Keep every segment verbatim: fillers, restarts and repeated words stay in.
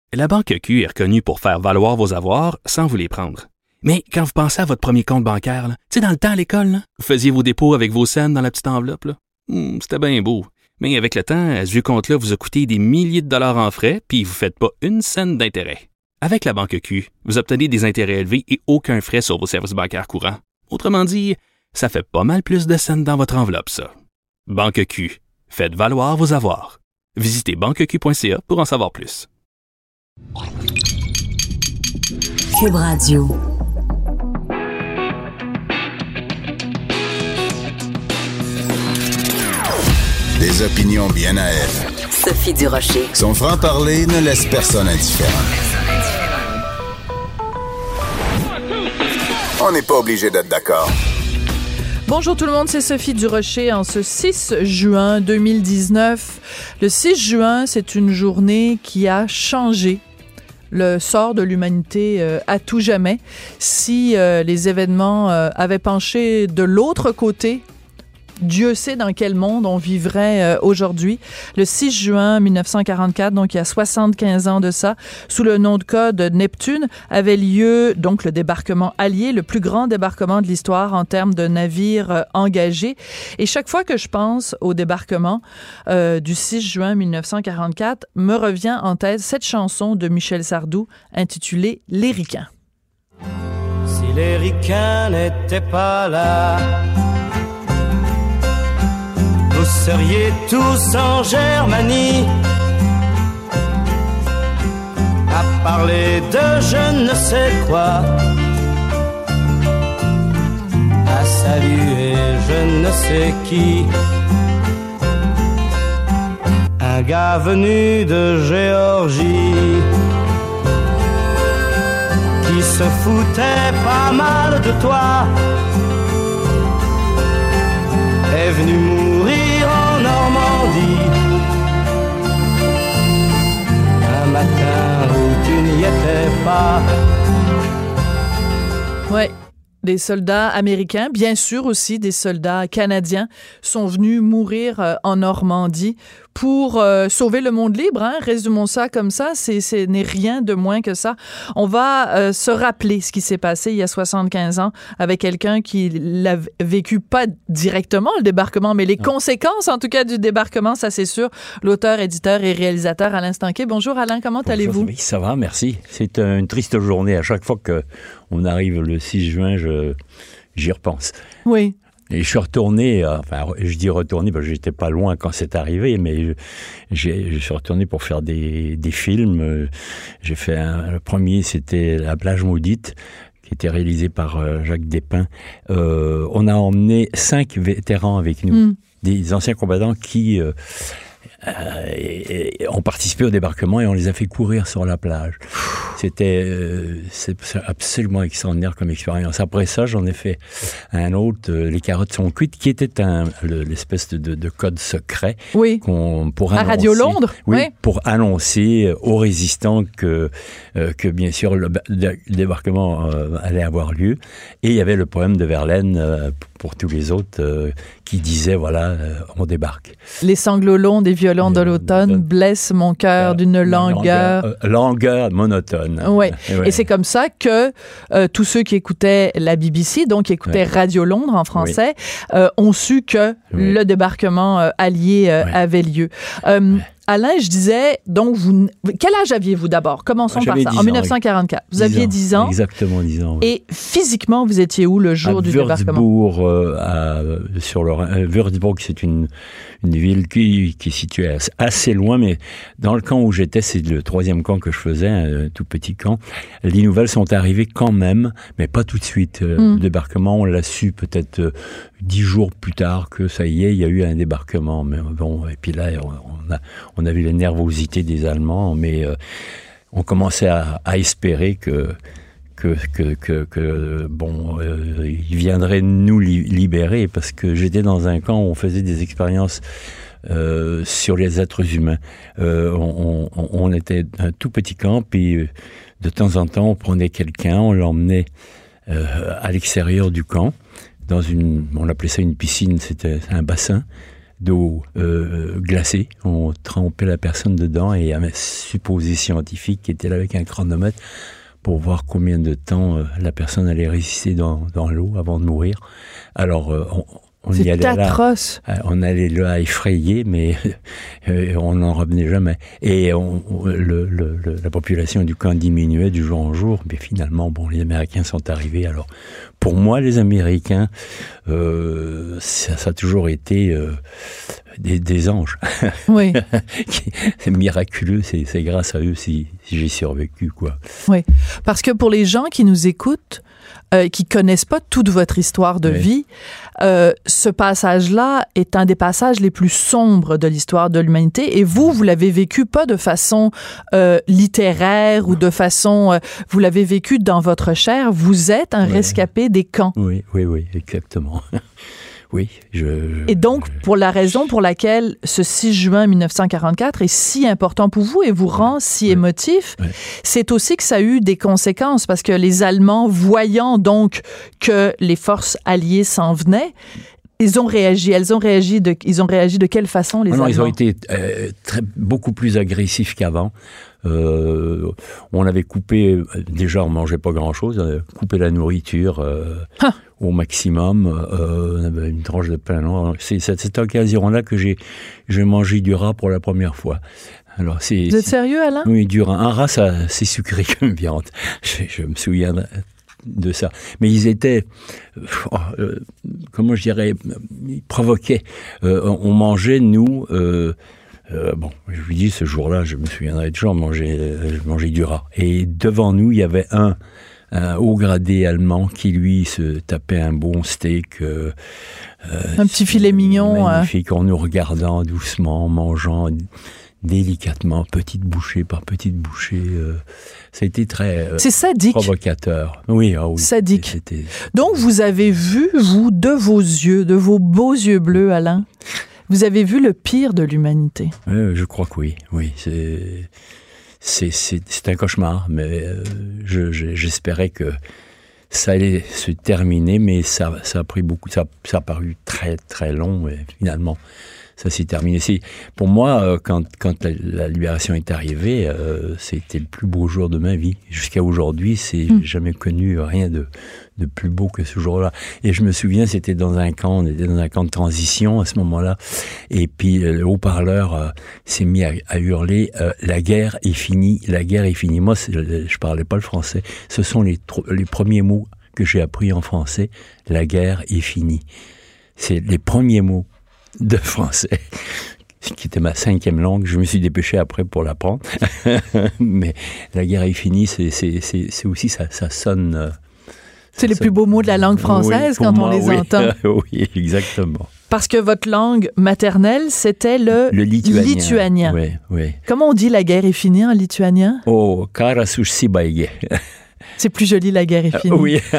La Banque Q est reconnue pour faire valoir vos avoirs sans vous les prendre. Mais quand vous pensez à votre premier compte bancaire, tu sais, dans le temps à l'école, là, vous faisiez vos dépôts avec vos scènes dans la petite enveloppe. Là. Hum, c'était bien beau. Mais avec le temps, ce vieux compte-là vous a coûté des milliers de dollars en frais, puis vous ne faites pas une scène d'intérêt. Avec la Banque Q, vous obtenez des intérêts élevés et aucun frais sur vos services bancaires courants. Autrement dit, ça fait pas mal plus de scènes dans votre enveloppe, ça. Banque Q. Faites valoir vos avoirs. Visitez banque q point c a pour en savoir plus. Cube Radio. Des opinions bien à elle. Sophie Durocher. Son franc-parler ne laisse personne indifférent. On n'est pas obligé d'être d'accord. Bonjour tout le monde, c'est Sophie Durocher en ce six juin deux mille dix-neuf. Le six juin, c'est une journée qui a changé le sort de l'humanité euh, à tout jamais. Si euh, les événements euh, avaient penché de l'autre côté, Dieu sait dans quel monde on vivrait euh, aujourd'hui. Le six juin mille neuf cent quarante-quatre, donc il y a soixante-quinze ans de ça, sous le nom de code Neptune, avait lieu donc le débarquement allié, le plus grand débarquement de l'histoire en termes de navires euh, engagés. Et chaque fois que je pense au débarquement euh, du six juin mille neuf cent quarante-quatre, me revient en tête cette chanson de Michel Sardou intitulée « Les Ricains ». Si les Ricains n'étaient pas là, vous seriez tous en Germanie à parler de je ne sais quoi, à saluer je ne sais qui, un gars venu de Géorgie qui se foutait pas mal de toi est venu mourir en Normandie un matin où tu n'y étais pas. Ouais. Des soldats américains, bien sûr aussi des soldats canadiens, sont venus mourir euh, en Normandie pour euh, sauver le monde libre. Hein? Résumons ça comme ça, c'est, ce n'est rien de moins que ça. On va euh, se rappeler ce qui s'est passé il y a soixante-quinze ans avec quelqu'un qui l'a vécu pas directement le débarquement, mais les non. conséquences en tout cas du débarquement, ça c'est sûr. L'auteur, éditeur et réalisateur Alain Stanquet. Bonjour Alain, comment Bonjour, allez-vous? Oui, ça va, merci. C'est une triste journée. À chaque fois qu'on arrive le six juin, je, j'y repense. Oui. Et je suis retourné, enfin, je dis retourné parce que j'étais pas loin quand c'est arrivé, mais je, j'ai, je suis retourné pour faire des, des films. J'ai fait un, le premier, c'était La plage maudite, qui était réalisé par euh, Jacques Despins. Euh, on a emmené cinq vétérans avec nous, mm. des anciens combattants qui euh, euh, et, et ont participé au débarquement et on les a fait courir sur la plage. C'était euh, c'est absolument extraordinaire comme expérience. Après ça, j'en ai fait un autre, euh, Les carottes sont cuites, qui était un, le, l'espèce de, de, de code secret. Oui. Qu'on, pour à annoncer, Radio Londres. Oui, oui. Pour annoncer aux résistants que, euh, que bien sûr, le, le débarquement euh, allait avoir lieu. Et il y avait le poème de Verlaine euh, pour tous les autres euh, qui disait, voilà, euh, on débarque. Les sanglots longs des violons de l'automne blessent mon cœur d'une langueur... Langueur, euh, langueur monotone. Ouais. ouais. Et c'est comme ça que euh, tous ceux qui écoutaient la B B C, donc qui écoutaient ouais. Radio Londres en français, oui. euh, ont su que oui. le débarquement euh, allié euh, ouais. avait lieu. Euh, ouais. Alain, je disais, donc, vous, quel âge aviez-vous d'abord? Commençons J'avais par ça. En dix-neuf cent quarante-quatre. Vous aviez dix ans. Exactement dix ans. Oui. Et physiquement, vous étiez où le jour à du Würzburg, débarquement? Euh, à, sur le Rhin. Würzburg, c'est une, une ville qui, qui est située assez loin, mais dans le camp où j'étais, c'est le troisième camp que je faisais, un tout petit camp. Les nouvelles sont arrivées quand même, mais pas tout de suite. Mm. Le débarquement, on l'a su peut-être euh, dix jours plus tard que ça y est, il y a eu un débarquement. Mais bon, et puis là, on a, on a vu les nervosités des Allemands, mais euh, on commençait à, à espérer que que que que, que bon, euh, ils viendraient nous li- libérer, parce que j'étais dans un camp où on faisait des expériences euh, sur les êtres humains. Euh, on, on, on était un tout petit camp, puis de temps en temps, on prenait quelqu'un, on l'emmenait euh, à l'extérieur du camp, dans une, on appelait ça une piscine, c'était un bassin. d'eau euh, glacée. On trempait la personne dedans et un supposé scientifique qui était là avec un chronomètre pour voir combien de temps euh, la personne allait résister dans, dans l'eau avant de mourir. Alors, euh, on, on y allait atroce. Là, on allait là effrayé, mais euh, on n'en revenait jamais. Et on, on, le, le, le, la population du camp diminuait du jour en jour. Mais finalement, bon, les Américains sont arrivés. Alors, pour moi, les Américains, euh, ça, ça a toujours été euh, des, des anges. Oui. C'est miraculeux. C'est, c'est grâce à eux si, si j'ai survécu, quoi. Oui. Parce que pour les gens qui nous écoutent, Euh, qui connaissent pas toute votre histoire de oui. vie, euh, ce passage-là est un des passages les plus sombres de l'histoire de l'humanité. Et vous, vous l'avez vécu pas de façon euh, littéraire ou de façon... Euh, vous l'avez vécu dans votre chair. Vous êtes un oui. rescapé des camps. Oui, oui, oui, exactement. Oui, je, je... Et donc, pour la raison pour laquelle ce six juin mille neuf cent quarante-quatre est si important pour vous et vous rend si oui. émotif, oui. c'est aussi que ça a eu des conséquences parce que les Allemands, voyant donc que les forces alliées s'en venaient, ils ont réagi. Elles ont réagi de, ils ont réagi de quelle façon, les non, Allemands? Ils ont été euh, très, beaucoup plus agressifs qu'avant. Euh, on avait coupé, déjà on mangeait pas grand-chose, on avait coupé la nourriture euh, ah. au maximum, euh, on avait une tranche de pain noir. C'est à cette occasion-là que j'ai, j'ai mangé du rat pour la première fois. Alors, c'est, Vous êtes c'est, sérieux, Alain? Oui, du rat. Un rat, ça, c'est sucré comme viande. Je, je me souviens de ça. Mais ils étaient, euh, comment je dirais, ils provoquaient. Euh, on mangeait, nous... Euh, Euh, bon, je vous dis, ce jour-là, je me souviendrai toujours, manger, euh, manger du rat. Et devant nous, il y avait un, un haut gradé allemand qui, lui, se tapait un bon steak. Euh, un petit filet mignon. Magnifique, euh... en nous regardant doucement, en mangeant délicatement, petite bouchée par petite bouchée. Euh, ça a été très euh, C'est sadique. provocateur. Oui, ah oui. Sadique. C'était... Donc, vous avez vu, vous, de vos yeux, de vos beaux yeux bleus, Alain, vous avez vu le pire de l'humanité. Euh, je crois que oui. Oui, c'est, c'est, c'est, c'est un cauchemar, mais euh, je, je, j'espérais que ça allait se terminer, mais ça, ça a pris beaucoup, ça, ça a paru très, très long, et finalement, ça s'est terminé. C'est, pour moi, euh, quand, quand la, la libération est arrivée, euh, c'était le plus beau jour de ma vie. Jusqu'à aujourd'hui, c'est, mmh. j'ai jamais connu rien de, de plus beau que ce jour-là. Et je me souviens, c'était dans un camp, on était dans un camp de transition à ce moment-là, et puis le haut-parleur euh, s'est mis à, à hurler euh, « La guerre est finie, la guerre est finie ». Moi, c'est, je parlais pas le français. Ce sont les, les premiers mots que j'ai appris en français. « La guerre est finie ». C'est les premiers mots de français, qui était ma cinquième langue. Je me suis dépêché après pour l'apprendre. Mais la guerre est finie, c'est, c'est, c'est, c'est aussi, ça, ça sonne... Euh, c'est les plus beaux mots de la langue française oui, quand moi, on les oui. entend. Oui, exactement. Parce que votre langue maternelle, c'était le, le lituanien. lituanien. Oui, oui. Comment on dit la guerre est finie en lituanien? Oh, karas užsibaigė. C'est plus joli, la guerre est finie. Euh, oui.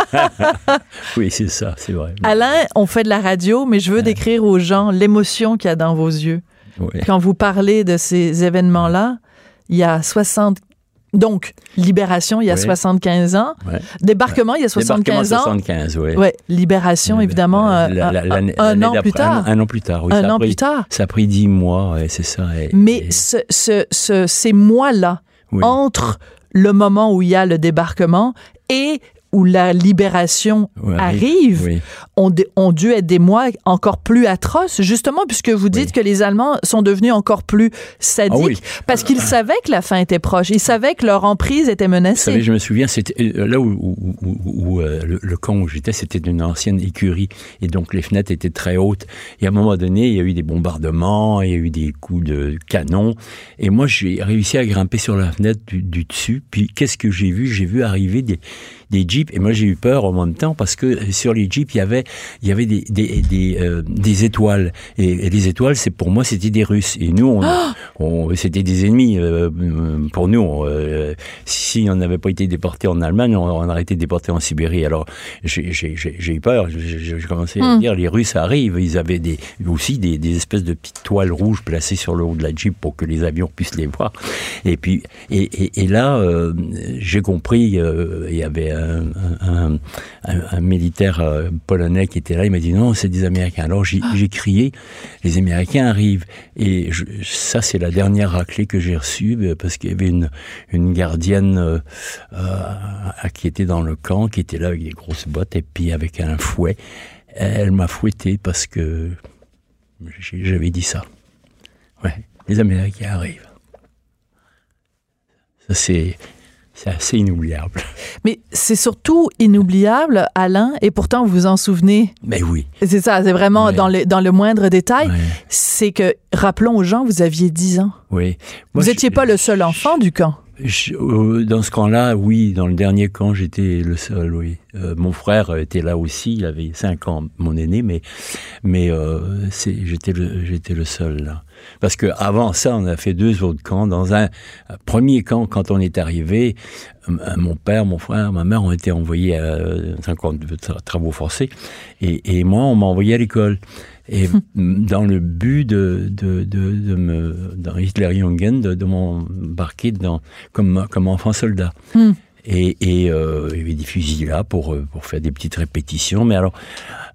Oui, c'est ça, c'est vrai. Alain, on fait de la radio, mais je veux décrire aux gens l'émotion qu'il y a dans vos yeux. Oui. Quand vous parlez de ces événements-là, il y a soixante... Donc, libération, il y a oui. soixante-quinze ans. Ouais. Débarquement, il y a soixante-quinze Débarquement, ans. soixante-quinze, oui. Ouais. Libération, évidemment, la, la, la, un, un an plus tard. Un, un an plus tard, oui. Un ça an pris, plus tard. Ça a pris dix mois, ouais, c'est ça. Et, Mais et... Ce, ce, ce, ces mois-là, oui. entre le moment où il y a le débarquement et où la libération oui, arrive, oui. Ont, ont dû être des mois encore plus atroces, justement, puisque vous dites oui. que les Allemands sont devenus encore plus sadiques, ah oui. parce qu'ils savaient que la fin était proche, ils savaient que leur emprise était menacée. Vous savez, je me souviens, c'était là où, où, où, où euh, le, le camp où j'étais, c'était une ancienne écurie, et donc les fenêtres étaient très hautes, et à un moment donné, il y a eu des bombardements, il y a eu des coups de canon, et moi, j'ai réussi à grimper sur la fenêtre du, du dessus, puis qu'est-ce que j'ai vu? J'ai vu arriver des des jeeps, et moi j'ai eu peur en même temps parce que sur les jeeps il y avait il y avait des des des, euh, des étoiles et, et les étoiles c'est pour moi c'était des Russes et nous on, oh on c'était des ennemis euh, pour nous on, euh, si si on n'avait pas été déporté en Allemagne, on, on aurait été déporté en Sibérie. Alors, j'ai, j'ai, j'ai, j'ai eu peur. J'ai, j'ai commencé à mm. dire, les Russes arrivent. Ils avaient des, aussi des, des espèces de petites toiles rouges placées sur le haut de la Jeep pour que les avions puissent les voir. Et puis, et, et, et là, euh, j'ai compris, euh, il y avait un, un, un, un militaire euh, polonais qui était là. Il m'a dit, non, c'est des Américains. Alors, j'ai, j'ai crié, les Américains arrivent. Et je, ça, c'est la dernière raclée que j'ai reçue, parce qu'il y avait une, une gardienne euh, euh, qui était dans le camp, qui était là avec des grosses bottes et puis avec un fouet. Elle m'a fouetté parce que j'avais dit ça. Ouais, les Américains arrivent. Ça, c'est... C'est assez inoubliable. Mais c'est surtout inoubliable, Alain, et pourtant vous vous en souvenez. Mais oui. C'est ça, c'est vraiment ouais. dans, le, dans le moindre détail. Ouais. C'est que, rappelons aux gens, vous aviez dix ans. Oui. Moi, vous n'étiez pas le seul enfant du camp. Je, euh, dans ce camp-là, oui. Dans le dernier camp, j'étais le seul, oui. Euh, mon frère était là aussi, il avait cinq ans, mon aîné, mais, mais euh, c'est, j'étais, le, j'étais le seul, là. Parce que avant ça, on a fait deux autres camps. Dans un premier camp, quand on est arrivé, mon père, mon frère, ma mère ont été envoyés à un camp de travaux forcés, et, et moi, on m'a envoyé à l'école. Et dans le but de, de, de, de me, dans Hitlerjugend, de, de m'embarquer dans, comme, comme enfant soldat. Mm. Et, et euh, il y avait des fusils là pour, pour faire des petites répétitions. Mais alors,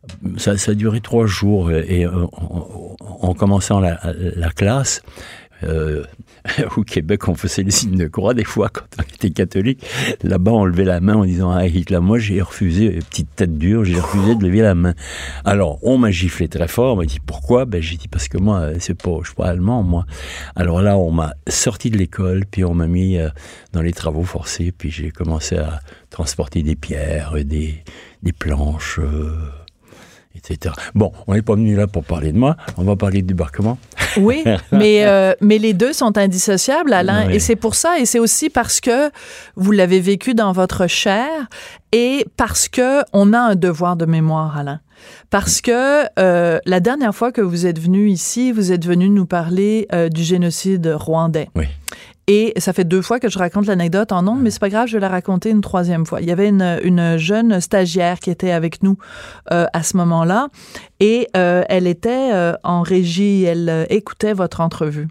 ça, ça a duré trois jours. Et euh, en, en commençant la, la classe, euh, au Québec, on faisait les signes de croix des fois quand on était catholique. Là-bas, on levait la main en disant « Ah, Hitler ». Moi, j'ai refusé, petite tête dure, j'ai refusé de lever la main. Alors, on m'a giflé très fort. On m'a dit « Pourquoi ?» Ben, j'ai dit « Parce que moi, c'est pas, je suis pas allemand, moi. » Alors là, on m'a sorti de l'école, puis on m'a mis euh, dans les travaux forcés, puis j'ai commencé à transporter des pierres, des, des planches, euh, et cetera. Bon, on n'est pas venu là pour parler de moi, on va parler de débarquement. Oui, mais, euh, mais les deux sont indissociables, Alain, oui. Et c'est pour ça, et c'est aussi parce que vous l'avez vécu dans votre chair, et parce que on a un devoir de mémoire, Alain. Parce que euh, la dernière fois que vous êtes venu ici, vous êtes venu nous parler euh, du génocide rwandais. Oui. Et ça fait deux fois que je raconte l'anecdote en ondes, mais c'est pas grave, je vais la raconter une troisième fois. Il y avait une, une jeune stagiaire qui était avec nous euh, à ce moment-là, et euh, elle était euh, en régie, elle euh, écoutait votre entrevue.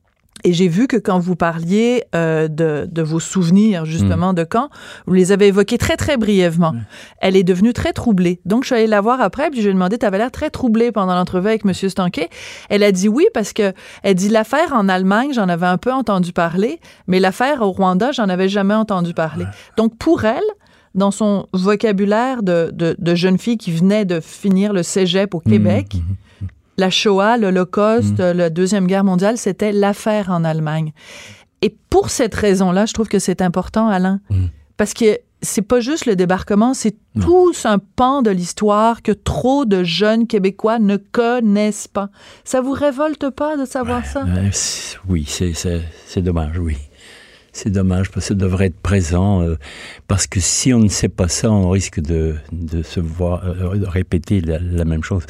Et j'ai vu que quand vous parliez euh, de, de vos souvenirs, justement, mmh. de camp, vous les avez évoqués très, très brièvement. Mmh. Elle est devenue très troublée. Donc, je suis allée la voir après, puis je lui ai demandé, t'avais l'air très troublée pendant l'entrevue avec M. Stanquet. Elle a dit oui, parce que elle dit, l'affaire en Allemagne, j'en avais un peu entendu parler, mais l'affaire au Rwanda, j'en avais jamais entendu parler. Ouais. Donc, pour elle, dans son vocabulaire de, de, de jeune fille qui venait de finir le cégep au Québec, mmh. la Shoah, l'Holocauste, mmh. la Deuxième Guerre mondiale, c'était l'affaire en Allemagne. Et pour cette raison-là, je trouve que c'est important, Alain, mmh. parce que c'est pas juste le débarquement, c'est non. tout un pan de l'histoire que trop de jeunes Québécois ne connaissent pas. Ça vous révolte pas de savoir ouais, ça? Ouais, c'est, oui, c'est, c'est, c'est dommage, oui. C'est dommage, parce que ça devrait être présent, euh, parce que si on ne sait pas ça, on risque de, de se voir euh, de répéter la, la même chose.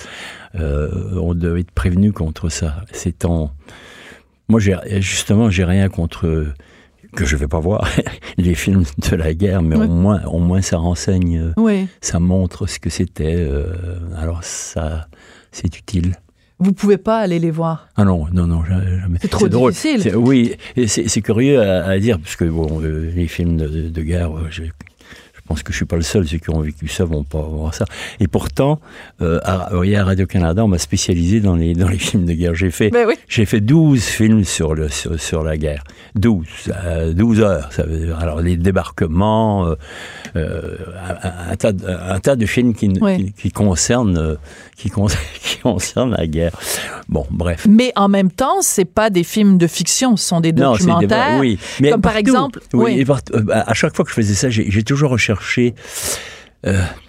Euh, on doit être prévenu contre ça. C'est en... Moi, j'ai, justement, j'ai rien contre... que je vais pas voir les films de la guerre, mais oui. au moins, au moins ça renseigne, oui. ça montre ce que c'était. Euh, alors ça, c'est utile. Vous pouvez pas aller les voir. Ah non, non, non, jamais. C'est trop c'est difficile. C'est, oui, c'est, c'est curieux à, à dire, parce que bon, les films de, de guerre, je, je pense que je suis pas le seul, ceux qui ont vécu ça vont pas voir ça. Et pourtant, euh, à, à Radio-Canada, on m'a spécialisé dans les, dans les films de guerre. J'ai fait, ben oui. j'ai fait douze films sur, le, sur, sur la guerre. douze, euh, douze heures. Ça veut dire, alors, les débarquements, euh, euh, un, un, tas de, un tas de films qui, oui. qui, qui concernent, euh, qui, con, qui concernent la guerre. Bon, bref. Mais en même temps, c'est pas des films de fiction, ce sont des documentaires. Non, c'est des, oui. Mais comme partout, par exemple, oui, oui. Et partout, à chaque fois que je faisais ça, j'ai, j'ai toujours recherché euh,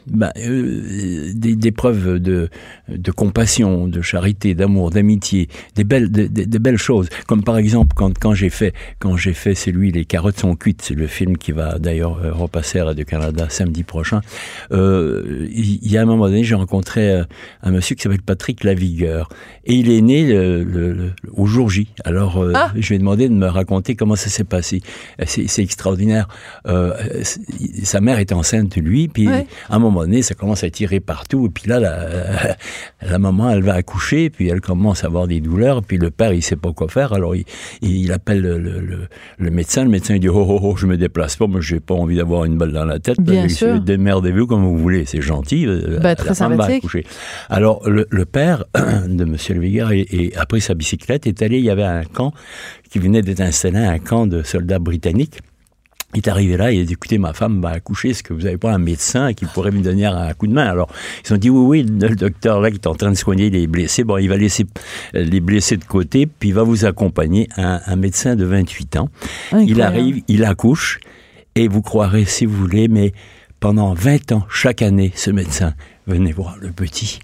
ben, euh, des, des preuves de, de compassion, de charité, d'amour, d'amitié, des belles, de, de, de belles choses. Comme par exemple, quand, quand j'ai fait, quand j'ai fait, c'est lui, Les carottes sont cuites, c'est le film qui va d'ailleurs euh, repasser à Radio-Canada samedi prochain. Euh, il y a un moment donné, j'ai rencontré euh, un monsieur qui s'appelle Patrick Lavigueur. Et il est né le, le, le, au jour J. Alors, euh, ah. je lui ai demandé de me raconter comment ça s'est passé. C'est, c'est extraordinaire. Euh, c'est, sa mère était enceinte de lui, puis ouais. à un moment donné, ça commence à tirer partout. Et puis là, la, la maman, elle va accoucher, puis elle commence à avoir des douleurs. Puis le père, il sait pas quoi faire. Alors, il, il appelle le, le, le, le médecin. Le médecin, il dit, oh, oh, oh, je me déplace pas. Moi, j'ai pas envie d'avoir une balle dans la tête. Bien sûr. Démerdez-vous comme vous voulez. C'est gentil. Ben, très la femme va sympathique. accoucher. Alors, le, le père de M. Lavigueur, et, et après sa bicyclette, est allé, il y avait un camp qui venait d'être installé, un camp de soldats britanniques. Il est arrivé là, il a dit, écoutez, ma femme va accoucher, est-ce que vous n'avez pas un médecin qui pourrait me donner un coup de main? Alors, ils ont dit, oui, oui, le docteur là qui est en train de soigner les blessés, bon, il va laisser les blessés de côté, puis il va vous accompagner, un, un médecin de vingt-huit ans. Incroyable. Il arrive, il accouche, et vous croirez si vous voulez, mais pendant vingt ans, chaque année, ce médecin venait voir le petit.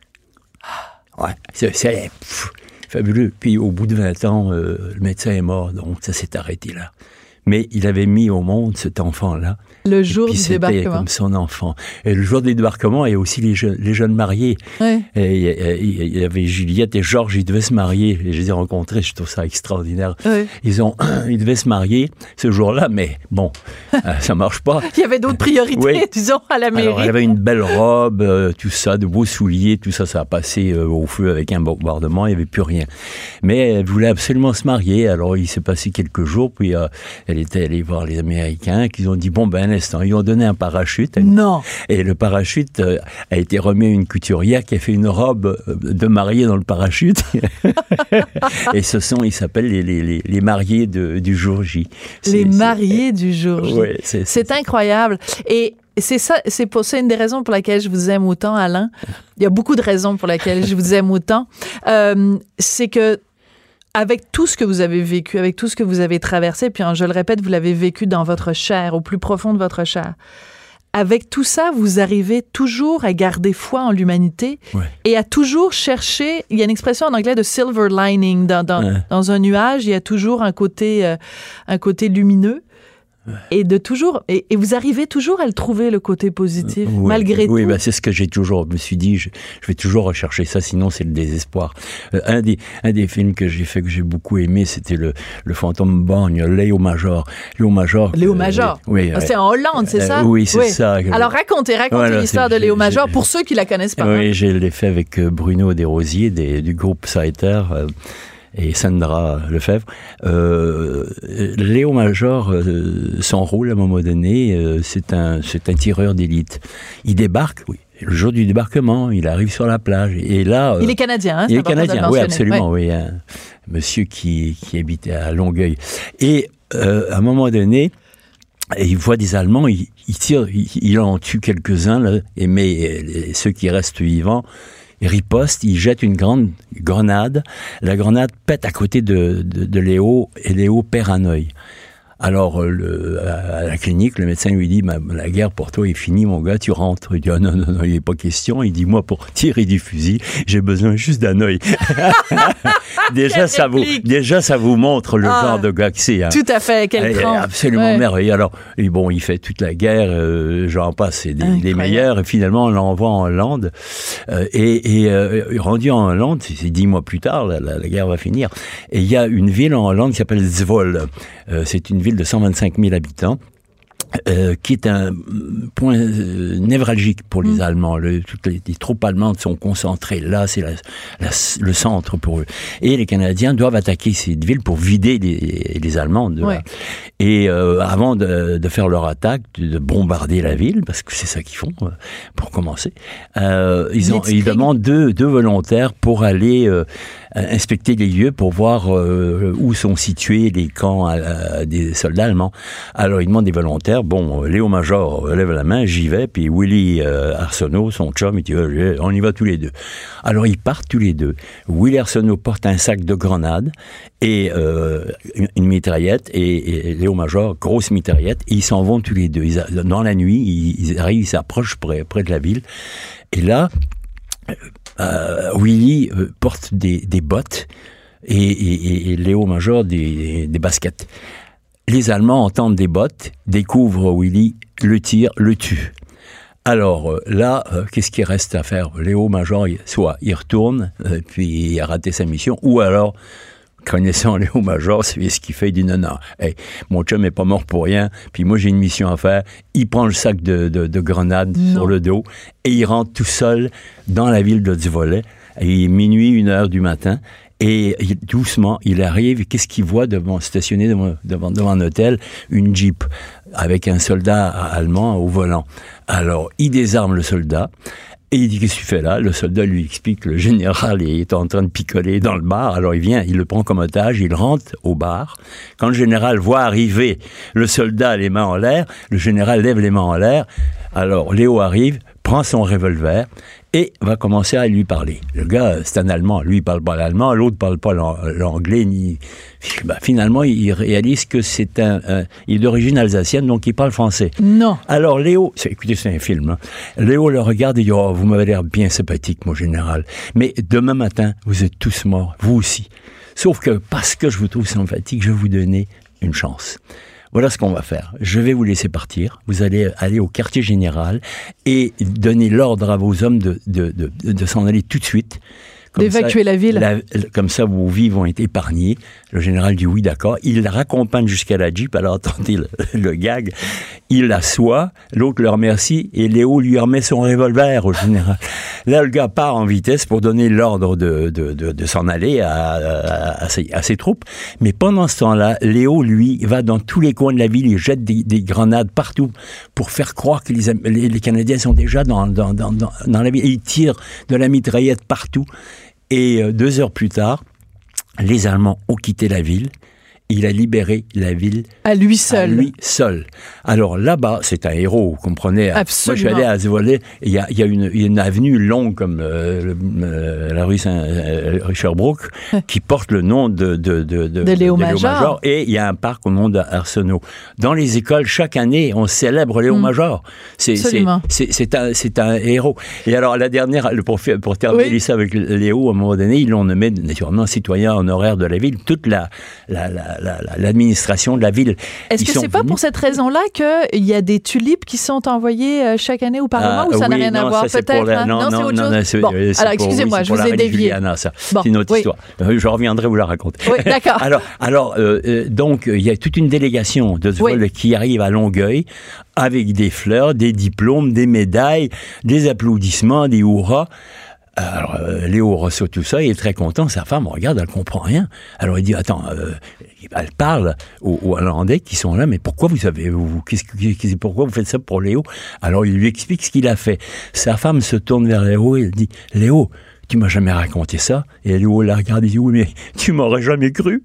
Ouais, c'est, c'est pff, fabuleux. Puis au bout de vingt ans, euh, le médecin est mort, donc ça s'est arrêté là. Mais il avait mis au monde cet enfant-là. Le jour et puis du c'était débarquement. Comme son enfant. Et le jour du débarquement, et aussi les jeunes, les jeunes mariés. Ouais. Et il y avait Juliette et Georges, ils devaient se marier. Et je les ai rencontrés, je trouve ça extraordinaire. Ouais. Ils ont, ils devaient se marier ce jour-là, mais bon, ça marche pas. Il y avait d'autres priorités, oui. disons, à la mairie. Alors, elle avait une belle robe, euh, tout ça, de beaux souliers, tout ça, ça a passé euh, au feu avec un bombardement, il n'y avait plus rien. Mais elle voulait absolument se marier, alors il s'est passé quelques jours, puis euh, elle était allée voir les Américains, qui ont dit, bon, ben, un instant, ils ont donné un parachute. Non. Et le parachute euh, a été remis à une couturière qui a fait une robe de mariée dans le parachute. Et ce sont, ils s'appellent les, les, les mariés de, du jour J. C'est, les mariés c'est, du jour J. Ouais, c'est, c'est, c'est incroyable. Et c'est ça, c'est pour ça une des raisons pour laquelle je vous aime autant, Alain. Il y a beaucoup de raisons pour lesquelles je vous aime autant. Euh, c'est que avec tout ce que vous avez vécu, avec tout ce que vous avez traversé, puis hein, je le répète, vous l'avez vécu dans votre chair, au plus profond de votre chair. Avec tout ça, vous arrivez toujours à garder foi en l'humanité ouais. et à toujours chercher, il y a une expression en anglais de silver lining, dans, dans, ouais. dans un nuage, il y a toujours un côté, euh, un côté lumineux. Et de toujours, et, et vous arrivez toujours à le trouver, le côté positif, oui, malgré oui, tout. Oui, ben c'est ce que j'ai toujours, je me suis dit, je, je vais toujours rechercher ça, sinon c'est le désespoir. Euh, un des, un des films que j'ai fait, que j'ai beaucoup aimé, c'était le, le fantôme borgne, Léo Major. Léo Major. Léo Major. Euh, oui. Ah, c'est en Hollande, c'est euh, ça? Oui, c'est oui. ça. Alors racontez, racontez voilà, l'histoire de Léo Major pour ceux qui la connaissent pas. Oui, hein. je l'ai fait avec Bruno Desrosiers, des, du groupe Saeter. Euh, et Sandra Lefebvre. Euh, Léo Major, euh, son rôle à un moment donné, euh, c'est un, c'est un tireur d'élite. Il débarque, oui. Le jour du débarquement, il arrive sur la plage. Et là, euh, il est canadien, hein? Il est canadien, oui, absolument, ouais. oui. Un monsieur qui, qui habitait à Longueuil. Et euh, à un moment donné, il voit des Allemands, il, il tire, il, il en tue quelques-uns, là, et mais les, ceux qui restent vivants, il riposte, il jette une grande grenade. La grenade pète à côté de, de, de Léo, et Léo perd un œil. Alors, le, à la clinique, le médecin lui dit, « La guerre pour toi est finie, mon gars, tu rentres. » Il dit, oh, « Non, non, non, il n'est pas question. » Il dit, « Moi, pour tirer du fusil, j'ai besoin juste d'un œil. » déjà, ça vous, déjà, ça vous montre le ah, genre de gars que c'est. Hein. Tout à fait, quel cran. Absolument ouais. merveilleux. Alors, et bon, il fait toute la guerre, euh, j'en passe, c'est des, des meilleurs. Et finalement, on l'envoie en Hollande. Euh, et et euh, rendu en Hollande, c'est dix mois plus tard, la, la, la guerre va finir. Et il y a une ville en Hollande qui s'appelle Zwolle. Euh, c'est une ville de cent vingt-cinq mille habitants, euh, qui est un point euh, névralgique pour les mmh. Allemands. Le, toutes les, les troupes allemandes sont concentrées là, c'est la, la, le centre pour eux. Et les Canadiens doivent attaquer cette ville pour vider les, les Allemands. De ouais. là. Et euh, avant de, de faire leur attaque, de bombarder la ville, parce que c'est ça qu'ils font, euh, pour commencer, euh, ils, ont, ils demandent deux, deux volontaires pour aller... Euh, inspecter les lieux pour voir euh, où sont situés les camps euh, des soldats allemands. Alors, il demande des volontaires. Bon, Léo Major lève la main, j'y vais, puis Willy euh, Arsenault, son chum, il dit, on y va tous les deux. Alors, ils partent tous les deux. Willy Arsenault porte un sac de grenades et euh, une, une mitraillette, et, et Léo Major, grosse mitraillette, et ils s'en vont tous les deux. Ils, dans la nuit, ils, ils arrivent, ils s'approchent près, près de la ville, et là, euh, Willy euh, porte des, des bottes, et, et, et Léo Major des, des baskets. Les Allemands entendent des bottes, découvrent Willy, le tirent, le tuent. Alors euh, là, euh, qu'est-ce qu'il reste à faire? Léo Major, soit il retourne, euh, puis il a raté sa mission, ou alors, connaissant Léo Major, c'est ce qu'il fait, il dit non, non, hey, mon chum n'est pas mort pour rien, puis moi j'ai une mission à faire. Il prend le sac de, de, de grenades non. sur le dos, et il rentre tout seul dans la ville de Duvolet. Il est minuit, une heure du matin, et il, doucement, il arrive, qu'est-ce qu'il voit devant, stationné devant, devant, devant un hôtel? Une Jeep, avec un soldat allemand au volant. Alors, il désarme le soldat, et il dit, qu'est-ce que tu fais là? Le soldat lui explique que le général est en train de picoler dans le bar. Alors il vient, il le prend comme otage, il rentre au bar. Quand le général voit arriver le soldat les mains en l'air, le général lève les mains en l'air. Alors Léo arrive, prend son revolver et va commencer à lui parler. Le gars, c'est un Allemand. Lui, il parle pas l'allemand, l'autre parle pas l'anglais. Ni... Ben, finalement, il réalise que c'est un, un... Il est d'origine alsacienne, donc il parle français. Non. Alors, Léo... C'est, écoutez, c'est un film. Hein. Léo le regarde et dit, oh, vous m'avez l'air bien sympathique, mon général. Mais demain matin, vous êtes tous morts, vous aussi. Sauf que, parce que je vous trouve sympathique, je vais vous donner une chance. Voilà ce qu'on va faire. Je vais vous laisser partir. Vous allez aller au quartier général et donner l'ordre à vos hommes de, de, de, de s'en aller tout de suite. Comme d'évacuer ça, la ville. La, comme ça, vos vies vont être épargnées. Le général dit oui, d'accord. Il la raccompagne jusqu'à la Jeep. Alors, attendez le, le gag. Il l'assoit, l'autre le remercie, et Léo lui remet son revolver au général. Là, le gars part en vitesse pour donner l'ordre de, de, de, de s'en aller à, à, à, ses, à ses troupes. Mais pendant ce temps-là, Léo, lui, va dans tous les coins de la ville, il jette des, des grenades partout pour faire croire que les, les, les Canadiens sont déjà dans, dans, dans, dans, dans la ville. Et il tire de la mitraillette partout. Et euh, deux heures plus tard, les Allemands ont quitté la ville. Il a libéré la ville à lui seul. À lui seul. Alors là-bas, c'est un héros, vous comprenez. Absolument. Moi, je suis allé à Zwolle, il y a, il y a une, il y a une avenue longue comme euh, euh, la rue Saint-Richard-Brook qui porte le nom de, de, de, de, de Léo de Major. Major. Et il y a un parc au nom d'Arsenault. Dans les écoles, chaque année, on célèbre Léo mmh. Major. C'est, Absolument. C'est, c'est, c'est, un, c'est un héros. Et alors, la dernière, pour, pour terminer oui. ça avec Léo, à un moment donné, ils l'ont nommé naturellement citoyen honoraire de la ville. Toute la, la, la La, la, l'administration de la ville. Est-ce que c'est venus... pas pour cette raison-là qu'il y a des tulipes qui sont envoyées chaque année au Parlement, ah, ou ça oui, n'a rien non, à voir, ça, peut-être? La... Hein? Non, non, non, c'est autre non, chose. non, c'est, bon, c'est alors, pour, excusez-moi, oui, je vous ai dévié. Juliana, ça. Bon, c'est une autre oui. histoire. Je reviendrai vous la raconter. Oui, d'accord. alors, alors euh, donc, il y a toute une délégation de ce vol oui. qui arrive à Longueuil avec des fleurs, des diplômes, des médailles, des applaudissements, des hurrahs. Alors, euh, Léo reçoit tout ça, il est très content. Sa femme regarde, elle comprend rien. Alors, il dit, attends, euh, elle parle aux, aux Hollandais qui sont là, mais pourquoi vous savez, vous, qu'est-ce, qu'est-ce, pourquoi vous faites ça pour Léo? Alors, il lui explique ce qu'il a fait. Sa femme se tourne vers Léo et elle dit, Léo, tu m'as jamais raconté ça? Et Léo la regarde et dit, oui, mais tu m'aurais jamais cru.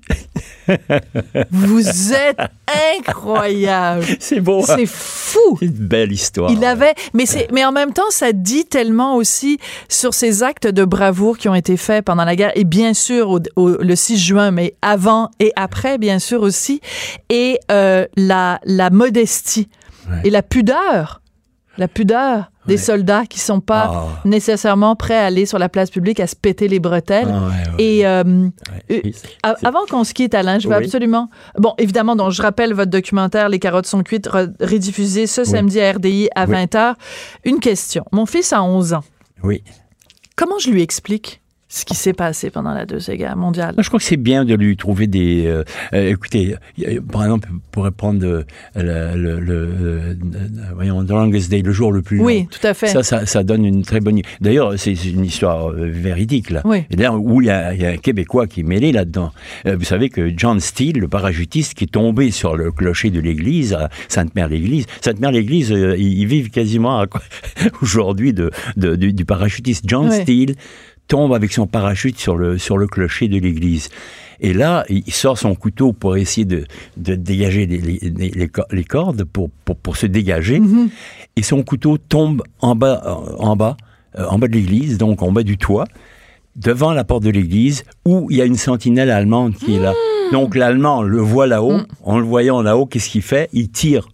Vous êtes incroyable. C'est beau. C'est hein? fou. C'est une belle histoire. Il avait, mais c'est, mais en même temps, ça dit tellement aussi sur ces actes de bravoure qui ont été faits pendant la guerre, et bien sûr au, au, le six juin, mais avant et après, bien sûr aussi, et euh, la, la modestie ouais. et la pudeur. La pudeur des ouais. soldats qui sont pas oh. nécessairement prêts à aller sur la place publique à se péter les bretelles. Oh, ouais, ouais. Et euh, ouais. Euh, a- avant qu'on se quitte, Alain, je veux oui. absolument... Bon, évidemment, donc je rappelle votre documentaire « Les carottes sont cuites », rediffusé ce oui. samedi à R D I à oui. vingt heures. Une question. Mon fils a onze ans. Oui. Comment je lui explique ce qui s'est passé pendant la Deuxième Guerre mondiale? Je crois que c'est bien de lui trouver des... Euh, euh, écoutez, par exemple, pour répondre euh, le, le, le, le, voyons, The Longest Day, le jour le plus long. Oui, tout à fait. Ça, ça, ça donne une très bonne... D'ailleurs, c'est, c'est une histoire euh, véridique, là. Oui. Et là, où il y, a, il y a un Québécois qui est mêlé là-dedans. Euh, vous savez que John Steele, le parachutiste, qui est tombé sur le clocher de l'église, à Sainte-Mère-l'Église, Sainte-Mère-l'Église, euh, ils vivent quasiment à, aujourd'hui de, de, du, du parachutiste. John oui. Steele, tombe avec son parachute sur le, sur le clocher de l'église. Et là, il sort son couteau pour essayer de, de dégager les, les, les, les cordes, pour, pour, pour se dégager. Mm-hmm. Et son couteau tombe en bas, en bas, euh, en bas de l'église, donc en bas du toit, devant la porte de l'église, où il y a une sentinelle allemande qui mmh. est là. Donc l'Allemand le voit là-haut. Mmh. En le voyant là-haut, qu'est-ce qu'il fait? Il tire.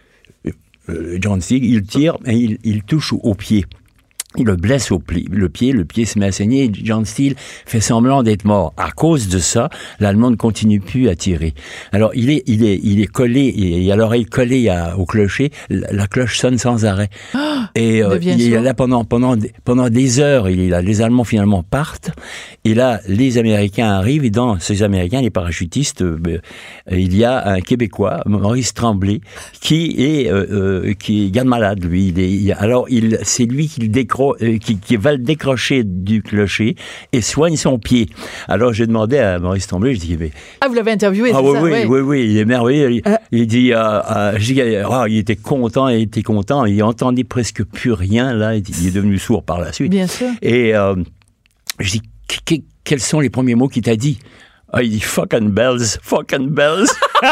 Euh, John Steele, il tire et il, il touche au, au pied. Il le blesse au pli, le pied, le pied se met à saigner et John Steele fait semblant d'être mort. À cause de ça, l'Allemand ne continue plus à tirer. Alors, il est, il est, il est collé, il a l'oreille collée à, au clocher, la, la cloche sonne sans arrêt. Oh, et euh, il est là pendant, pendant, pendant des heures, il est là. Les Allemands finalement partent et là, les Américains arrivent et dans ces Américains, les parachutistes, euh, il y a un Québécois, Maurice Tremblay, qui est, euh, euh, qui est garde malade, lui. Il est, il, alors, il, c'est lui qui le décroche. Qui, qui va le décrocher du clocher et soigne son pied. Alors, j'ai demandé à Maurice Tremblay, je dis, mais... Ah, vous l'avez interviewé, ah, c'est oui, ça? Oui, oui, oui, oui, il est merveilleux. Il, euh... il dit, euh, euh, je dis, oh, il était content, il était content, il entendait presque plus rien, là, il est devenu sourd par la suite. Bien sûr. Et euh, je dis, quels sont les premiers mots qu'il t'a dit? Ah, il dit fucking bells, fucking bells.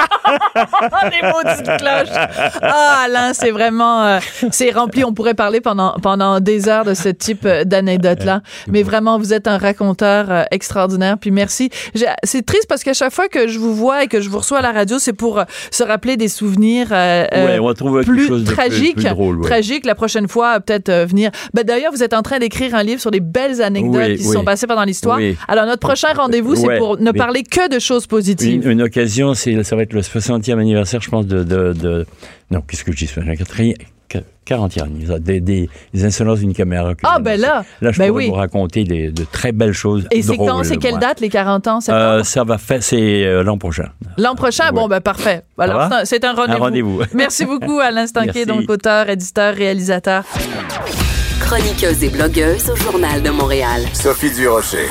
Les maudites cloches. Ah, Alain, c'est vraiment, euh, c'est rempli. On pourrait parler pendant pendant des heures de ce type d'anecdote-là. Mais vraiment, vous êtes un raconteur euh, extraordinaire. Puis merci. J'ai, c'est triste parce qu'à chaque fois que je vous vois et que je vous reçois à la radio, c'est pour euh, se rappeler des souvenirs euh, ouais, on va trouver plus quelque chose de tragiques. Plus, plus drôle, ouais. Tragique. La prochaine fois, peut-être euh, venir. Ben, d'ailleurs, vous êtes en train d'écrire un livre sur les belles anecdotes oui, qui se oui. sont passées pendant l'histoire. Oui. Alors, notre prochain rendez-vous, c'est ouais, pour ne parler que de choses positives. Une, une occasion, c'est, ça va être le soixantième anniversaire, je pense, de... de, de non, qu'est-ce que je dis? quarantième anniversaire, des, des, des insolences d'une caméra. Ah, ben là! Là, je ben pourrais oui. vous raconter des, de très belles choses. Et c'est drôles, quand? C'est quelle moi. date, les quarante ans? Euh, ça va faire, c'est euh, l'an prochain. L'an prochain? Ouais. Bon, ben parfait. Alors, c'est un, c'est un rendez-vous. Un rendez-vous. Merci beaucoup, Alain Stanquet, donc auteur, éditeur, réalisateur. Chroniqueuse et blogueuse au Journal de Montréal. Sophie Durocher.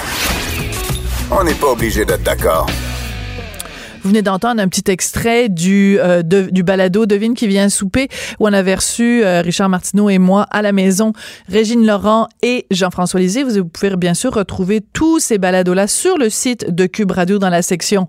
On n'est pas obligé d'être d'accord. Vous venez d'entendre un petit extrait du, euh, de, du balado Devine qui vient souper, où on avait reçu euh, Richard Martineau et moi à la maison, Régine Laurent et Jean-François Lisée. Vous pouvez bien sûr retrouver tous ces balados-là sur le site de Cube Radio dans la section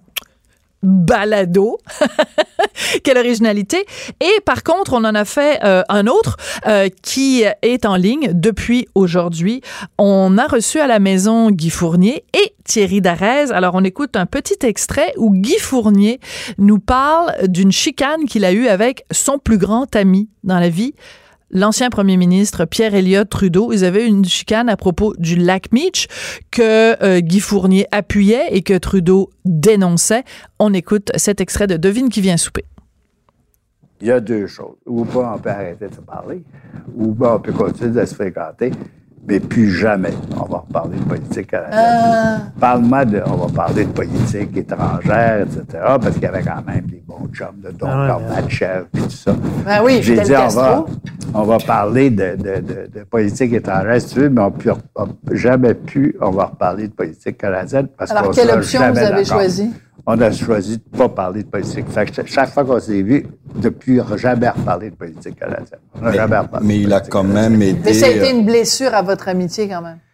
balado. Quelle originalité. Et par contre, on en a fait euh, un autre euh, qui est en ligne depuis aujourd'hui. On a reçu à la maison Guy Fournier et Thierry Darès. Alors, on écoute un petit extrait où Guy Fournier nous parle d'une chicane qu'il a eue avec son plus grand ami dans la vie, l'ancien premier ministre Pierre Elliott Trudeau. Ils avaient une chicane à propos du lac Meach que euh, Guy Fournier appuyait et que Trudeau dénonçait. On écoute cet extrait de Devine qui vient souper. Il y a deux choses. Ou pas on peut arrêter de se parler, ou pas on peut continuer de se fréquenter, mais plus jamais on va reparler de politique canadienne. Euh... Parle-moi de... On va parler de politique étrangère, et cetera, parce qu'il y avait quand même des bons chums de Don ah, Gorbatchev et tout ça. Ben oui, j'ai dit, on va, on va parler de, de, de, de politique étrangère, si tu veux, mais on n'a jamais pu, on va reparler de politique canadienne. Parce Alors, qu'on quelle option vous avez choisie? On a choisi de ne pas parler de politique. Fait que chaque fois qu'on s'est vu, depuis, on n'a jamais reparlé de politique canadienne. On n'a jamais reparlé. Mais il a quand même été... Mais ça a été une blessure à votre amitié, quand même.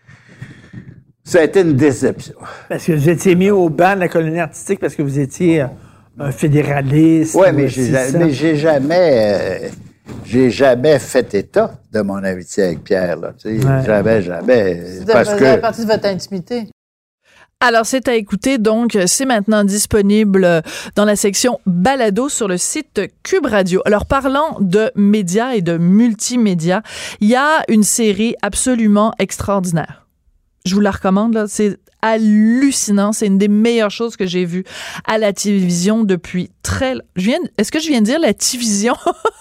Ça a été une déception. Parce que vous étiez mis au banc de la colonie artistique parce que vous étiez un fédéraliste. Oui, mais j'ai, mais j'ai jamais... Euh, j'ai jamais fait état de mon amitié avec Pierre, là. Tu sais, ouais. Jamais, jamais. C'est parce que... partie de votre intimité. Alors, c'est à écouter, donc, c'est maintenant disponible dans la section balado sur le site Cube Radio. Alors, parlant de médias et de multimédia, il y a une série absolument extraordinaire. Je vous la recommande, là, c'est hallucinant, c'est une des meilleures choses que j'ai vues à la télévision depuis très... Je viens, est-ce que je viens de dire la télévision?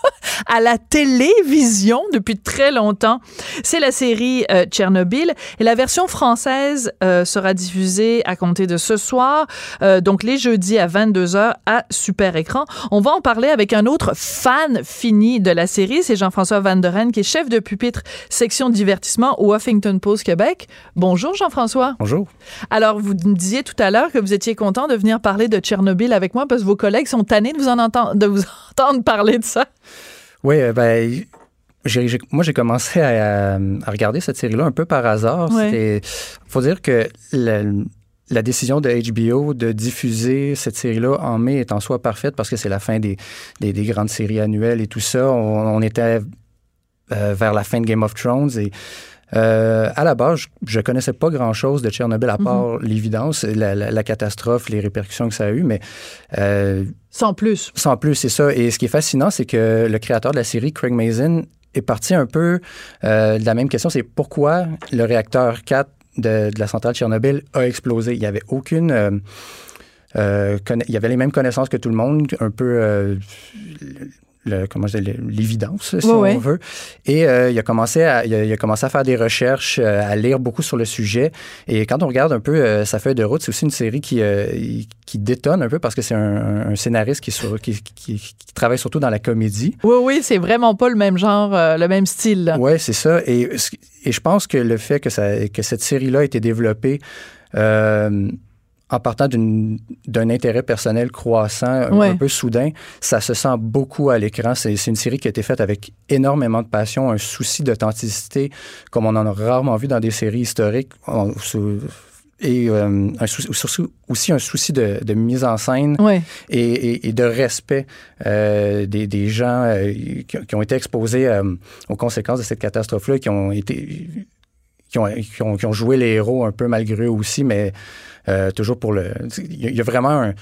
À la télévision depuis très longtemps. C'est la série euh, Tchernobyl et la version française euh, sera diffusée à compter de ce soir, euh, donc les jeudis à vingt-deux heures à Super Écran. On va en parler avec un autre fan fini de la série, c'est Jean-François Van der Ren qui est chef de pupitre section divertissement au Huffington Post Québec. Bonjour Jean-François. Bonjour. Alors, vous me disiez tout à l'heure que vous étiez content de venir parler de Tchernobyl avec moi parce que vos collègues sont tannés de vous, en entendre, de vous entendre parler de ça. Oui, ben, j'ai, j'ai, moi, j'ai commencé à, à regarder cette série-là un peu par hasard. Il faut dire que la, la décision de H B O de diffuser cette série-là en mai est en soi parfaite parce que c'est la fin des, des, des grandes séries annuelles et tout ça. On, on était euh, vers la fin de Game of Thrones et Euh, à la base, je ne connaissais pas grand-chose de Tchernobyl à part mm-hmm. l'évidence, la, la, la catastrophe, les répercussions que ça a eu, mais... Euh, sans plus. Sans plus, c'est ça. Et ce qui est fascinant, c'est que le créateur de la série, Craig Mazin, est parti un peu euh, de la même question, c'est pourquoi le réacteur quatre de, de la centrale Tchernobyl a explosé. Il n'y avait aucune... Euh, euh, conna- il y avait les mêmes connaissances que tout le monde, un peu... Euh, Le, comment je dis, l'évidence, si oui, on oui. veut. Et euh, il, a commencé à, il, a, il a commencé à faire des recherches, euh, à lire beaucoup sur le sujet. Et quand on regarde un peu euh, sa feuille de route, c'est aussi une série qui, euh, qui détonne un peu parce que c'est un, un scénariste qui, sur, qui, qui, qui travaille surtout dans la comédie. Oui, oui, c'est vraiment pas le même genre, euh, le même style. Oui, c'est ça. Et, et je pense que le fait que, ça, que cette série-là a été développée... Euh, en partant d'une, d'un intérêt personnel croissant, ouais. un peu soudain, ça se sent beaucoup à l'écran. C'est, c'est une série qui a été faite avec énormément de passion, un souci d'authenticité, comme on en a rarement vu dans des séries historiques. On, et euh, un souci, aussi un souci de, de mise en scène ouais. et, et, et de respect euh, des, des gens euh, qui, qui ont été exposés euh, aux conséquences de cette catastrophe-là, qui ont été... Qui ont, qui, ont, qui ont joué les héros un peu malgré eux aussi, mais euh, toujours pour le... Il y a vraiment un,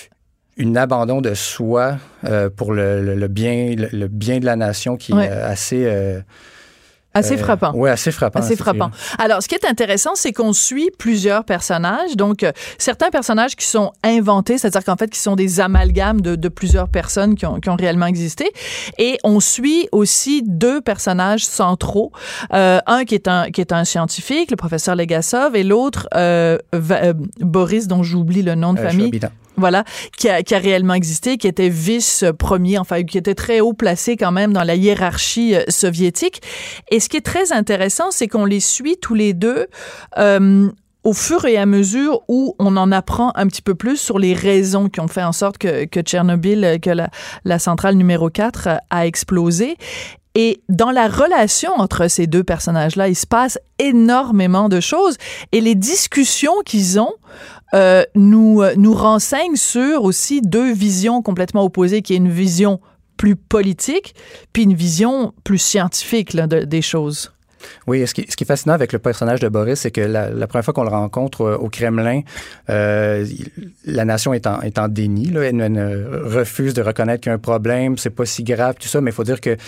une abandon de soi euh, pour le, le, le, bien, le, le bien de la nation qui ouais. est assez... Euh, Assez euh, frappant. Oui, assez frappant. Assez frappant. Alors, ce qui est intéressant, c'est qu'on suit plusieurs personnages. Donc, euh, certains personnages qui sont inventés, c'est-à-dire qu'en fait, qui sont des amalgames de, de plusieurs personnes qui ont, qui ont réellement existé. Et on suit aussi deux personnages centraux. Euh, un qui est un, qui est un scientifique, le professeur Legasov, et l'autre, euh, va, euh, Boris, dont j'oublie le nom de euh, famille. Chobita. Voilà, qui a, qui a réellement existé, qui était vice-premier, enfin, qui était très haut placé quand même dans la hiérarchie euh, soviétique. Et ce qui est très intéressant, c'est qu'on les suit tous les deux euh, au fur et à mesure où on en apprend un petit peu plus sur les raisons qui ont fait en sorte que, que Tchernobyl, que la, la centrale numéro quatre a explosé. Et dans la relation entre ces deux personnages-là, il se passe énormément de choses. Et les discussions qu'ils ont euh, nous, nous renseignent sur aussi deux visions complètement opposées, qui est une vision plus politique, puis une vision plus scientifique là, de, des choses. Oui, ce qui, ce qui est fascinant avec le personnage de Boris, c'est que la, la première fois qu'on le rencontre euh, au Kremlin, euh, la nation est en, est en déni. Là. Elle, elle, elle refuse de reconnaître qu'il y a un problème, c'est pas si grave, tout ça, mais il faut dire que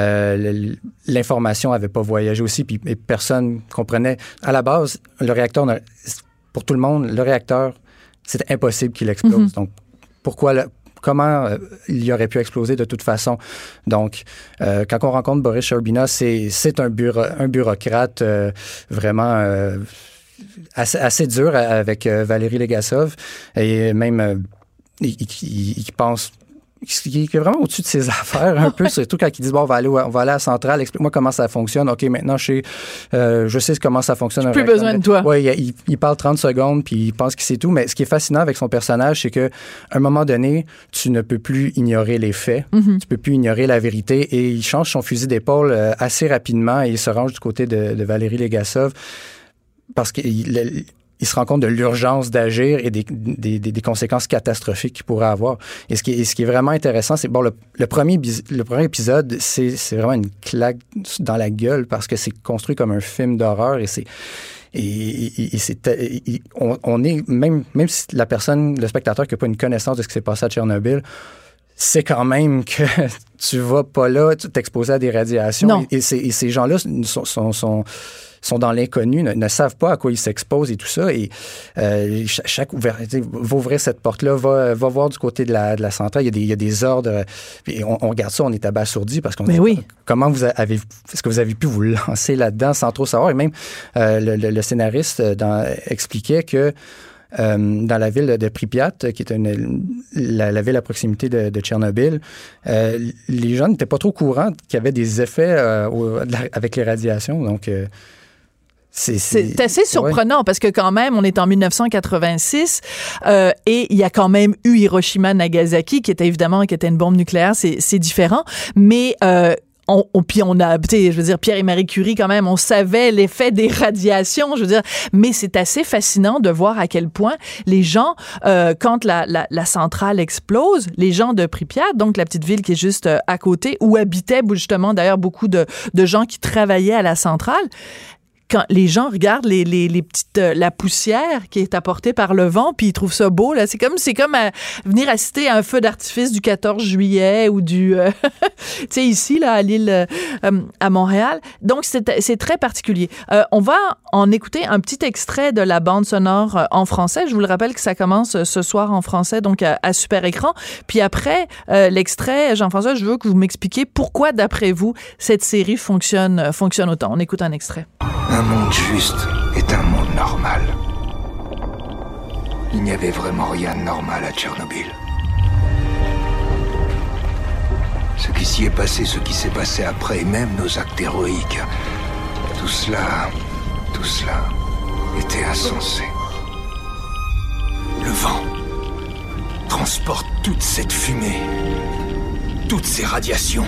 euh, l'information n'avait pas voyagé aussi, puis et personne comprenait. À la base, le réacteur, pour tout le monde, le réacteur, c'était impossible qu'il explose. Mm-hmm. Donc, pourquoi... Le, comment euh, il y aurait pu exploser de toute façon. Donc, euh, quand on rencontre Boris Sherbina, c'est, c'est un, bureau, un bureaucrate euh, vraiment euh, assez, assez dur avec euh, Valérie Legasov et même euh, il, il, il pense... qui est vraiment au-dessus de ses affaires un peu, surtout quand ils disent bon, on va aller, on va aller à la centrale, explique-moi comment ça fonctionne. OK, maintenant, je sais, euh, je sais comment ça fonctionne. J'ai plus besoin de toi. Oui, il, il parle trente secondes, puis il pense que c'est tout. Mais ce qui est fascinant avec son personnage, c'est qu'à un moment donné, tu ne peux plus ignorer les faits, mm-hmm. tu peux plus ignorer la vérité, et il change son fusil d'épaule euh, assez rapidement, et il se range du côté de, de Valérie Legasov, parce qu'il... il se rend compte de l'urgence d'agir et des, des, des, des conséquences catastrophiques qu'il pourrait avoir. Et ce qui est, ce qui est vraiment intéressant, c'est bon, le, le, premier, le premier épisode, c'est, c'est vraiment une claque dans la gueule parce que c'est construit comme un film d'horreur et c'est... Et, et, et c'est, et on, on est, même, même si la personne, le spectateur qui n'a pas une connaissance de ce qui s'est passé à Tchernobyl, c'est quand même que tu vas pas là, tu t'exposes à des radiations. Non. Et, et, ces, et ces gens-là sont... sont, sont sont dans l'inconnu, ne, ne savent pas à quoi ils s'exposent et tout ça. Et euh, chaque, chaque ouverture, va ouvrir cette porte-là, va, va voir du côté de la, de la centrale. Il y a des, il y a des ordres. Et on, on regarde ça, on est abasourdi parce qu'on Mais dit, oui. comment vous avez, est-ce que vous avez pu vous lancer là-dedans sans trop savoir? Et même euh, le, le, le scénariste dans, expliquait que Euh, dans la ville de Pripyat, qui est une, la, la ville à proximité de, de Tchernobyl, euh, les gens n'étaient pas trop courants qu'il y avait des effets euh, au, avec les radiations. Donc, euh, C'est, c'est... c'est assez surprenant ouais. parce que quand même, on est en dix-neuf cent quatre-vingt-six euh, et il y a quand même eu Hiroshima, Nagasaki, qui était évidemment qui était une bombe nucléaire, c'est, c'est différent. Mais euh, on, on, puis on a, tu sais, je veux dire, Pierre et Marie Curie, quand même, on savait l'effet des radiations, je veux dire, mais c'est assez fascinant de voir à quel point les gens, euh, quand la, la, la centrale explose, les gens de Pripyat, donc la petite ville qui est juste euh, à côté, où habitaient justement d'ailleurs beaucoup de, de gens qui travaillaient à la centrale, quand les gens regardent les, les, les petites, euh, la poussière qui est apportée par le vent, puis ils trouvent ça beau, là. C'est comme, c'est comme à venir assister à un feu d'artifice du quatorze juillet ou du, euh, tu sais, ici, là, à l'île, euh, à Montréal. Donc, c'est, c'est très particulier. Euh, on va en écouter un petit extrait de la bande sonore euh, en français. Je vous le rappelle que ça commence ce soir en français, donc à, à Super Écran. Puis après, euh, l'extrait, Jean-François, je veux que vous m'expliquiez pourquoi, d'après vous, cette série fonctionne, fonctionne autant. On écoute un extrait. Un monde juste est un monde normal. Il n'y avait vraiment rien de normal à Tchernobyl. Ce qui s'y est passé, ce qui s'est passé après, et même nos actes héroïques, tout cela, tout cela était insensé. Le vent transporte toute cette fumée, toutes ces radiations.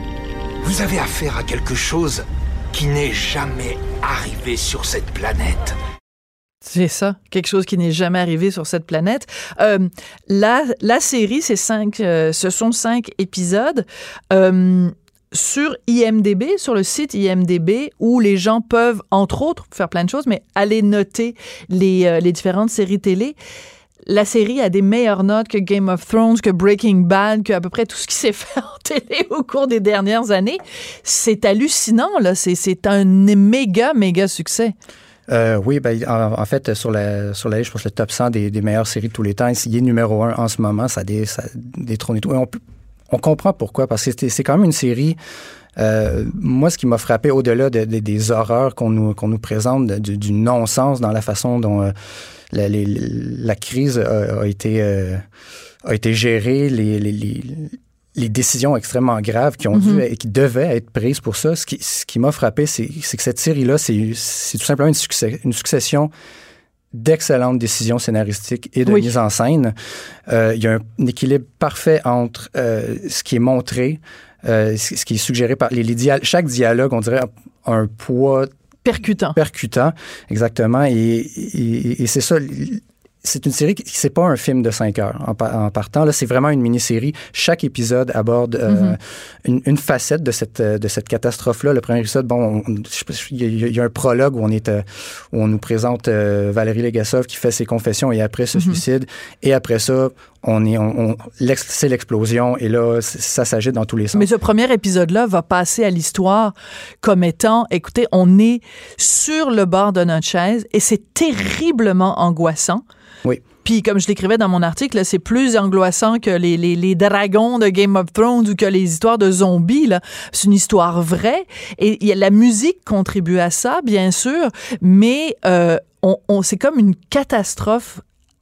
Vous avez affaire à quelque chose qui n'est jamais arrivé sur cette planète. C'est ça, quelque chose qui n'est jamais arrivé sur cette planète. Euh, la, la série, c'est cinq, euh, ce sont cinq épisodes. Euh, sur I M D B, sur le site I M D B, où les gens peuvent, entre autres, faire plein de choses, mais aller noter les, euh, les différentes séries télé. La série a des meilleures notes que Game of Thrones, que Breaking Bad, que à peu près tout ce qui s'est fait en télé au cours des dernières années. C'est hallucinant, là. C'est, c'est un méga, méga succès. Euh, oui, ben, en, en fait, sur la, sur la liste, je pense que le top cent des, des meilleures séries de tous les temps, il est numéro un en ce moment. Ça, dé, ça détrône et tout. Et on, on comprend pourquoi, parce que c'est, c'est quand même une série... Euh, moi, ce qui m'a frappé, au-delà de, de, des horreurs qu'on nous, qu'on nous présente, de, du, du non-sens dans la façon dont euh, la, les, la crise a, a, été, euh, a été gérée, les, les, les, les décisions extrêmement graves qui ont mm-hmm. dû et qui devaient être prises pour ça, ce qui, ce qui m'a frappé, c'est, c'est que cette série-là, c'est, c'est tout simplement une, succès, une succession d'excellentes décisions scénaristiques et de oui. mise en scène. Euh, il y a un, un équilibre parfait entre euh, ce qui est montré, Euh, ce qui est suggéré par les, les dialogues. Chaque dialogue, on dirait, a un poids percutant. Percutant, exactement. Et, et, et c'est ça. C'est une série qui, c'est pas un film de cinq heures en, en partant. Là, c'est vraiment une mini-série. Chaque épisode aborde euh, mm-hmm. une, une facette de cette, de cette catastrophe-là. Le premier épisode, bon, il y, y a un prologue où on, est, euh, où on nous présente euh, Valérie Legasov qui fait ses confessions et après se mm-hmm. suicide. Et après ça, on est, on, on, l'ex, c'est l'explosion et là, ça s'agite dans tous les sens. Mais ce premier épisode-là va passer à l'histoire comme étant, écoutez, on est sur le bord de notre chaise et c'est terriblement angoissant. Oui. Puis, comme je l'écrivais dans mon article, là, c'est plus angoissant que les, les, les dragons de Game of Thrones ou que les histoires de zombies. Là. C'est une histoire vraie. Et y a, la musique contribue à ça, bien sûr, mais euh, on, on, c'est comme une catastrophe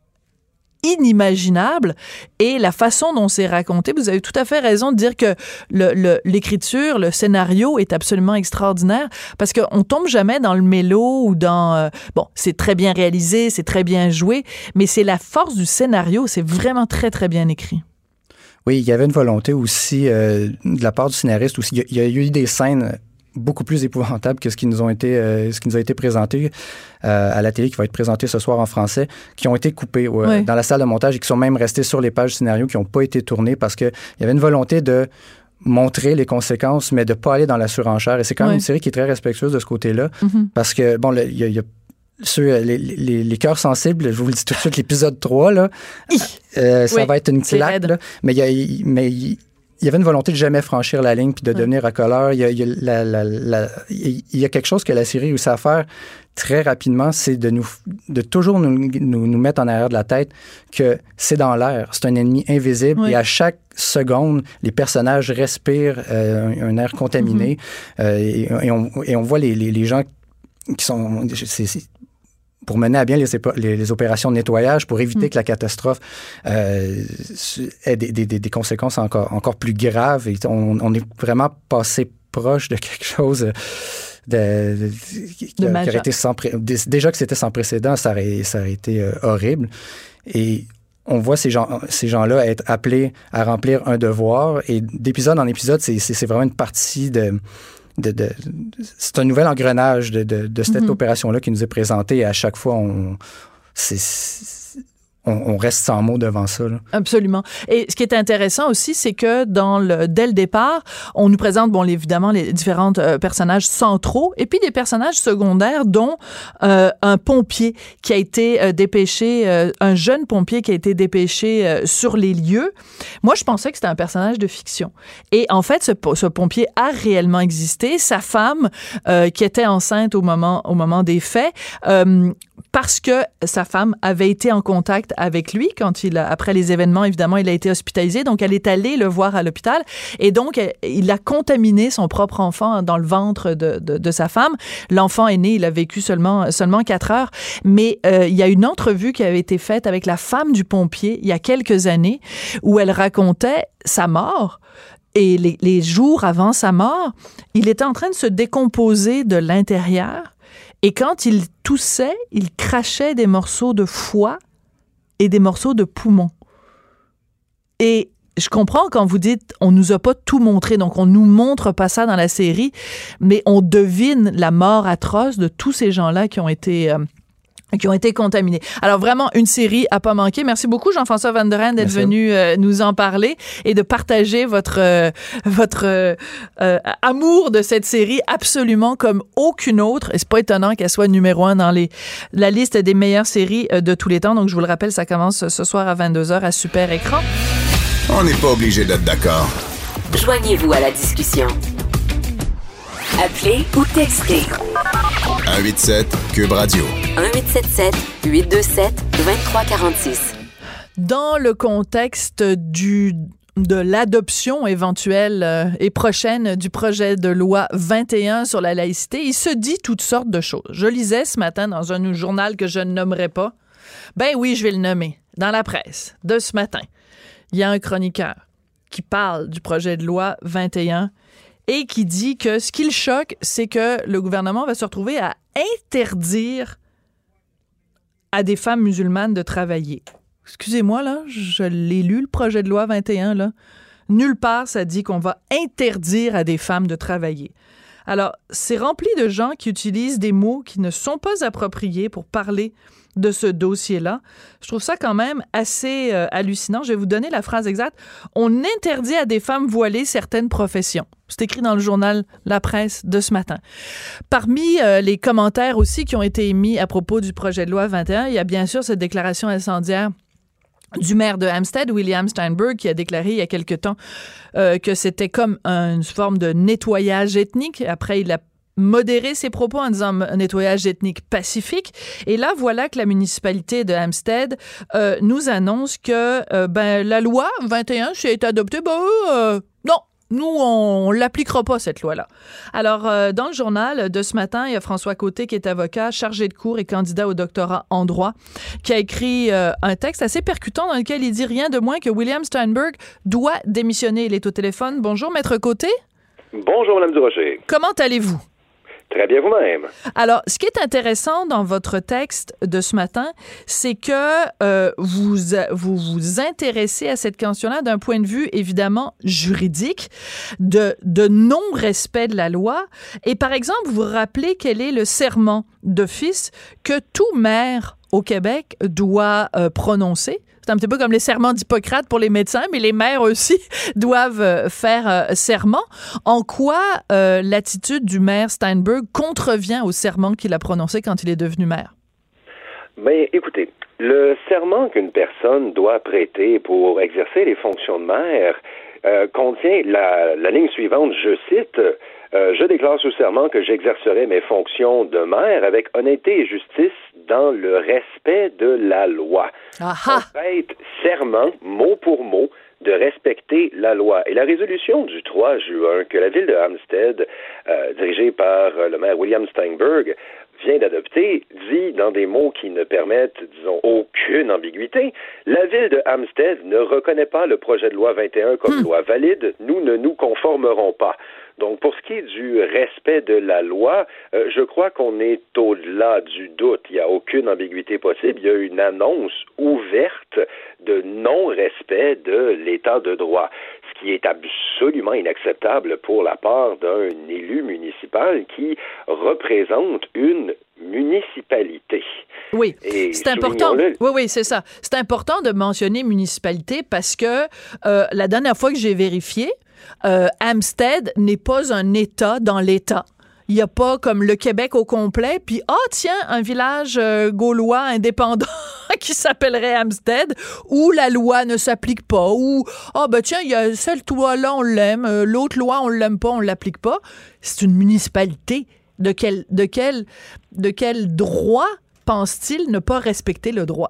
inimaginable et la façon dont c'est raconté, vous avez tout à fait raison de dire que le, le, l'écriture, le scénario est absolument extraordinaire parce qu'on tombe jamais dans le mélo ou dans... Euh, bon, c'est très bien réalisé, c'est très bien joué, mais c'est la force du scénario, c'est vraiment très, très bien écrit. Oui, il y avait une volonté aussi euh, de la part du scénariste aussi. Il y a, il y a eu des scènes beaucoup plus épouvantables que ce qui nous ont été, euh, ce qui nous a été présenté euh, à la télé, qui va être présenté ce soir en français, qui ont été coupés ouais, oui. dans la salle de montage et qui sont même restés sur les pages scénario, qui n'ont pas été tournées parce qu'il y avait une volonté de montrer les conséquences, mais de ne pas aller dans la surenchère. Et c'est quand même oui. une série qui est très respectueuse de ce côté-là, mm-hmm. parce que, bon, il y a, y a ceux, les, les, les cœurs sensibles, je vous le dis tout de suite, l'épisode trois, là, euh, ça oui, va être une claque, là, mais il y a... Mais y, il y avait une volonté de jamais franchir la ligne puis de ouais. devenir racoleur. Il y a, il y a la, la, la, il y a quelque chose que la série réussit à faire très rapidement, c'est de nous, de toujours nous, nous, nous mettre en arrière de la tête que c'est dans l'air, c'est un ennemi invisible oui. et à chaque seconde, les personnages respirent euh, un, un air contaminé mm-hmm. euh, et, et, on, et on voit les, les, les gens qui sont... C'est, c'est, pour mener à bien les, les, les opérations de nettoyage, pour éviter mmh. que la catastrophe euh, ait des, des, des conséquences encore, encore plus graves. Et on, on est vraiment passé proche de quelque chose de, de, qui, de qui aurait été sans pré, déjà que c'était sans précédent, ça aurait, ça aurait été euh, horrible. Et on voit ces, gens, ces gens-là être appelés à remplir un devoir. Et d'épisode en épisode, c'est, c'est, c'est vraiment une partie de... De, de, c'est un nouvel engrenage de, de, de cette mm-hmm. opération-là qui nous est présentée. Et à chaque fois, on... C'est, c'est, On, on reste sans mots devant ça. Là. Absolument. Et ce qui est intéressant aussi, c'est que dans le, dès le départ, on nous présente, bon, évidemment, les différents euh, personnages centraux et puis des personnages secondaires, dont euh, un pompier qui a été euh, dépêché, euh, un jeune pompier qui a été dépêché euh, sur les lieux. Moi, je pensais que c'était un personnage de fiction. Et en fait, ce, ce pompier a réellement existé. Sa femme, euh, qui était enceinte au moment, au moment des faits, euh, parce que sa femme avait été en contact avec lui quand il a, après les événements, évidemment, il a été hospitalisé. Donc, elle est allée le voir à l'hôpital et donc, il a contaminé son propre enfant dans le ventre de, de, de sa femme. L'enfant est né, il a vécu seulement, seulement quatre heures. Mais euh, il y a une entrevue qui avait été faite avec la femme du pompier il y a quelques années où elle racontait sa mort. Et les, les jours avant sa mort, il était en train de se décomposer de l'intérieur. Et quand il toussait, il crachait des morceaux de foie et des morceaux de poumon. Et je comprends quand vous dites on nous a pas tout montré, donc on nous montre pas ça dans la série, mais on devine la mort atroce de tous ces gens-là qui ont été euh, qui ont été contaminés. Alors vraiment, une série à pas manquer. Merci beaucoup, Jean-François Van der Rijn, d'être Merci. venu euh, nous en parler et de partager votre euh, votre euh, euh, amour de cette série absolument comme aucune autre. Et c'est pas étonnant qu'elle soit numéro un dans les la liste des meilleures séries euh, de tous les temps. Donc, je vous le rappelle, ça commence ce soir à vingt-deux heures à Super Écran. On n'est pas obligé d'être d'accord. Joignez-vous à la discussion. Appelez ou textez. un huit sept Cube Radio. un huit sept sept huit deux sept deux trois quatre six. Dans le contexte du de l'adoption éventuelle euh, et prochaine du projet de loi vingt et un sur la laïcité, il se dit toutes sortes de choses. Je lisais ce matin dans un journal que je ne nommerai pas. Ben oui, je vais le nommer. Dans la presse de ce matin, il y a un chroniqueur qui parle du projet de loi vingt et un et qui dit que ce qui le choque, c'est que le gouvernement va se retrouver à interdire à des femmes musulmanes de travailler. Excusez-moi, là, je l'ai lu, le projet de loi vingt et un, là. Nulle part, ça dit qu'on va interdire à des femmes de travailler. Alors, c'est rempli de gens qui utilisent des mots qui ne sont pas appropriés pour parler de ce dossier-là. Je trouve ça quand même assez euh, hallucinant. Je vais vous donner la phrase exacte. On interdit à des femmes voilées certaines professions. C'est écrit dans le journal La Presse de ce matin. Parmi euh, les commentaires aussi qui ont été émis à propos du projet de loi vingt et un, il y a bien sûr cette déclaration incendiaire du maire de Hampstead, William Steinberg, qui a déclaré il y a quelque temps euh, que c'était comme une forme de nettoyage ethnique. Après, il a modéré ses propos en disant un nettoyage ethnique pacifique. Et là, voilà que la municipalité de Hampstead euh, nous annonce que euh, ben, la loi vingt et un, si elle est adoptée, ben euh, non. Nous, on ne l'appliquera pas, cette loi-là. Alors, euh, dans le journal de ce matin, il y a François Côté, qui est avocat, chargé de cours et candidat au doctorat en droit, qui a écrit euh, un texte assez percutant dans lequel il dit rien de moins que William Steinberg doit démissionner. Il est au téléphone. Bonjour, Maître Côté. Bonjour, Mme Durocher. Comment allez-vous? Très bien vous-même. Alors, ce qui est intéressant dans votre texte de ce matin, c'est que euh, vous, vous vous intéressez à cette question-là d'un point de vue évidemment juridique, de, de non-respect de la loi. Et par exemple, vous vous rappelez quel est le serment d'office que tout maire au Québec doit euh, prononcer. C'est un petit peu comme les serments d'Hippocrate pour les médecins, mais les maires aussi doivent euh, faire euh, serment. En quoi euh, l'attitude du maire Steinberg contrevient au serment qu'il a prononcé quand il est devenu maire? Bien, écoutez, le serment qu'une personne doit prêter pour exercer les fonctions de maire euh, contient la, la ligne suivante, je cite... Euh, je déclare sous serment que j'exercerai mes fonctions de maire avec honnêteté et justice dans le respect de la loi. Aha. On prête serment, mot pour mot, de respecter la loi. Et la résolution du trois juin que la ville de Hampstead, euh, dirigée par euh, le maire William Steinberg, vient d'adopter, dit dans des mots qui ne permettent, disons, aucune ambiguïté, la ville de Hampstead ne reconnaît pas le projet de loi vingt et un comme hmm. loi valide, nous ne nous conformerons pas. Donc, pour ce qui est du respect de la loi, euh, je crois qu'on est au-delà du doute. Il n'y a aucune ambiguïté possible. Il y a une annonce ouverte de non-respect de l'état de droit, ce qui est absolument inacceptable pour la part d'un élu municipal qui représente une municipalité. Oui, et c'est important. Oui, oui, c'est ça. C'est important de mentionner municipalité parce que euh, la dernière fois que j'ai vérifié, euh, Hampstead n'est pas un État dans l'État. Il n'y a pas comme le Québec au complet, puis ah oh, tiens, un village euh, gaulois indépendant qui s'appellerait Hampstead, où la loi ne s'applique pas, ou ah oh, ben tiens, il y a cette loi-là, on l'aime, euh, l'autre loi, on l'aime pas, on l'applique pas. C'est une municipalité. De quel, de quel, de quel droit pense-t-il ne pas respecter le droit?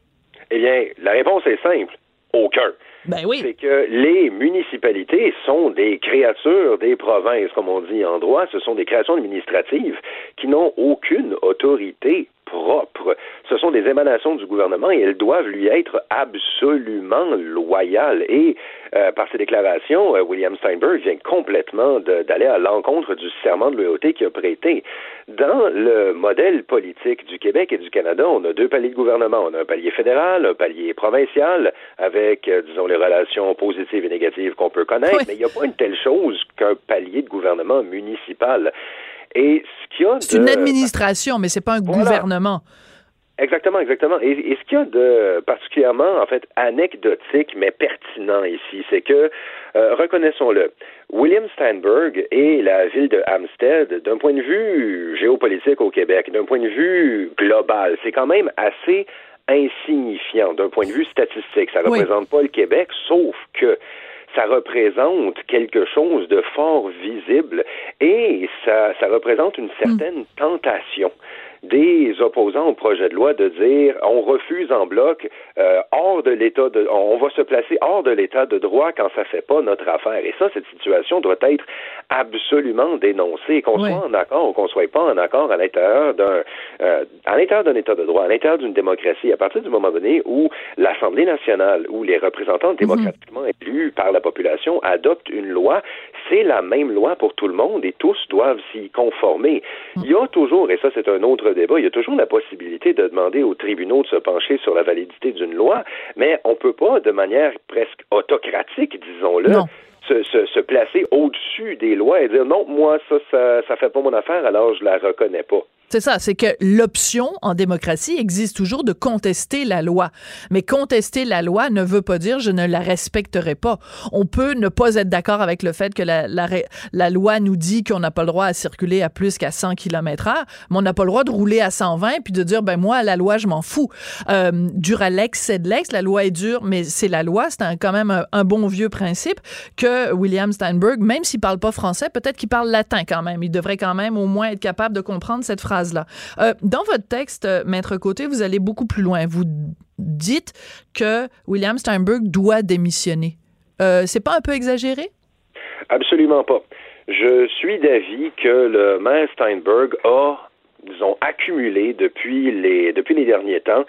Eh bien, la réponse est simple. Aucun. Ben oui. C'est que les municipalités sont des créatures des provinces, comme on dit en droit. Ce sont des créations administratives qui n'ont aucune autorité propre. Ce sont des émanations du gouvernement et elles doivent lui être absolument loyales. Et euh, par ses déclarations, euh, William Steinberg vient complètement de, d'aller à l'encontre du serment de loyauté qu'il a prêté. Dans le modèle politique du Québec et du Canada, on a deux paliers de gouvernement. On a un palier fédéral, un palier provincial, avec, euh, disons, les relations positives et négatives qu'on peut connaître, oui. Mais il n'y a pas une telle chose qu'un palier de gouvernement municipal. Et ce qu'il y a c'est de... une administration, mais c'est pas un voilà. gouvernement. Exactement, exactement. Et, et ce qu'il y a de particulièrement, en fait, anecdotique, mais pertinent ici, c'est que, euh, reconnaissons-le, William Steinberg et la ville de Hampstead, d'un point de vue géopolitique au Québec, d'un point de vue global, c'est quand même assez insignifiant d'un point de vue statistique. Ça représente oui. pas le Québec, sauf que ça représente quelque chose de fort visible et ça, ça représente une certaine mmh. tentation des opposants au projet de loi de dire on refuse en bloc euh, hors de l'état de on va se placer hors de l'état de droit quand ça fait pas notre affaire. Et ça, cette situation doit être absolument dénoncée, qu'on oui. soit en accord ou qu'on soit pas en accord à l'intérieur d'un euh, à l'intérieur d'un état de droit, à l'intérieur d'une démocratie. À partir du moment donné où l'Assemblée nationale, où les représentants démocratiquement mmh. élus par la population adoptent une loi, c'est la même loi pour tout le monde et tous doivent s'y conformer. Mmh. Il y a toujours, et ça c'est un autre débat, il y a toujours la possibilité de demander aux tribunaux de se pencher sur la validité d'une loi, mais on peut pas, de manière presque autocratique, disons-le, se, se, se placer au-dessus des lois et dire non, moi, ça, ça, ça fait pas mon affaire, alors je la reconnais pas. C'est ça, c'est que l'option en démocratie existe toujours de contester la loi. Mais contester la loi ne veut pas dire je ne la respecterai pas. On peut ne pas être d'accord avec le fait que la, la, la loi nous dit qu'on n'a pas le droit à circuler à plus qu'à cent kilomètres heure, mais on n'a pas le droit de rouler à cent vingt puis de dire ben moi, la loi, je m'en fous. Euh, Duralex, c'est de l'ex, la loi est dure, mais c'est la loi. C'est un, quand même un, un bon vieux principe que William Steinberg, même s'il parle pas français, peut-être qu'il parle latin quand même. Il devrait quand même au moins être capable de comprendre cette phrase. Là. Euh, dans votre texte, euh, Maître Côté, vous allez beaucoup plus loin. Vous dites que William Steinberg doit démissionner. Euh, c'est pas un peu exagéré? Absolument pas. Je suis d'avis que le maire Steinberg a, disons, accumulé depuis les, depuis les derniers temps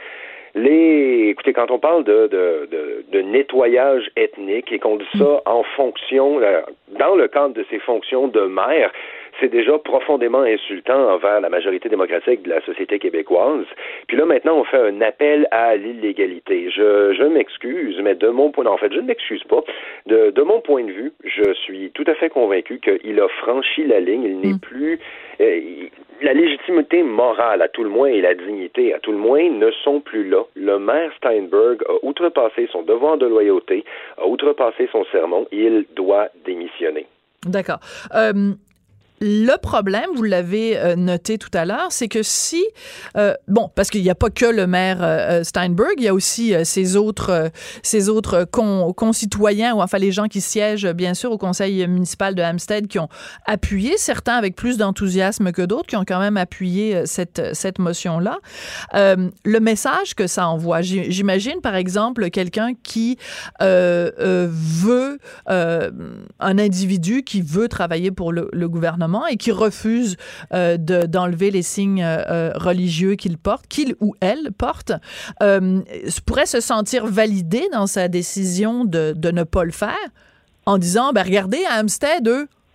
les... Écoutez, quand on parle de, de, de, de nettoyage ethnique et qu'on dit ça en fonction, dans le cadre de ses fonctions de maire, c'est déjà profondément insultant envers la majorité démocratique de la société québécoise. Puis là, maintenant, on fait un appel à l'illégalité. Je, je m'excuse, mais de mon point de vue, en fait, je ne m'excuse pas. De, de mon point de vue, je suis tout à fait convaincu qu'il a franchi la ligne. Il n'est mmh. plus... Euh, la légitimité morale, à tout le moins, et la dignité, à tout le moins, ne sont plus là. Le maire Steinberg a outrepassé son devoir de loyauté, a outrepassé son sermon. Il doit démissionner. D'accord. Euh... Le problème, vous l'avez euh, noté tout à l'heure, c'est que si, euh, bon, parce qu'il n'y a pas que le maire euh, Steinberg, il y a aussi euh, ses autres, euh, ses autres con, concitoyens, ou enfin les gens qui siègent, bien sûr, au conseil municipal de Hampstead, qui ont appuyé, certains avec plus d'enthousiasme que d'autres, qui ont quand même appuyé euh, cette, cette motion-là. Euh, le message que ça envoie, j'imagine, par exemple, quelqu'un qui euh, euh, veut, euh, un individu qui veut travailler pour le, le gouvernement, et qui refuse euh, de, d'enlever les signes euh, religieux qu'il porte, qu'il ou elle porte, euh, pourrait se sentir validé dans sa décision de, de ne pas le faire en disant, ben regardez, à Hampstead, eux,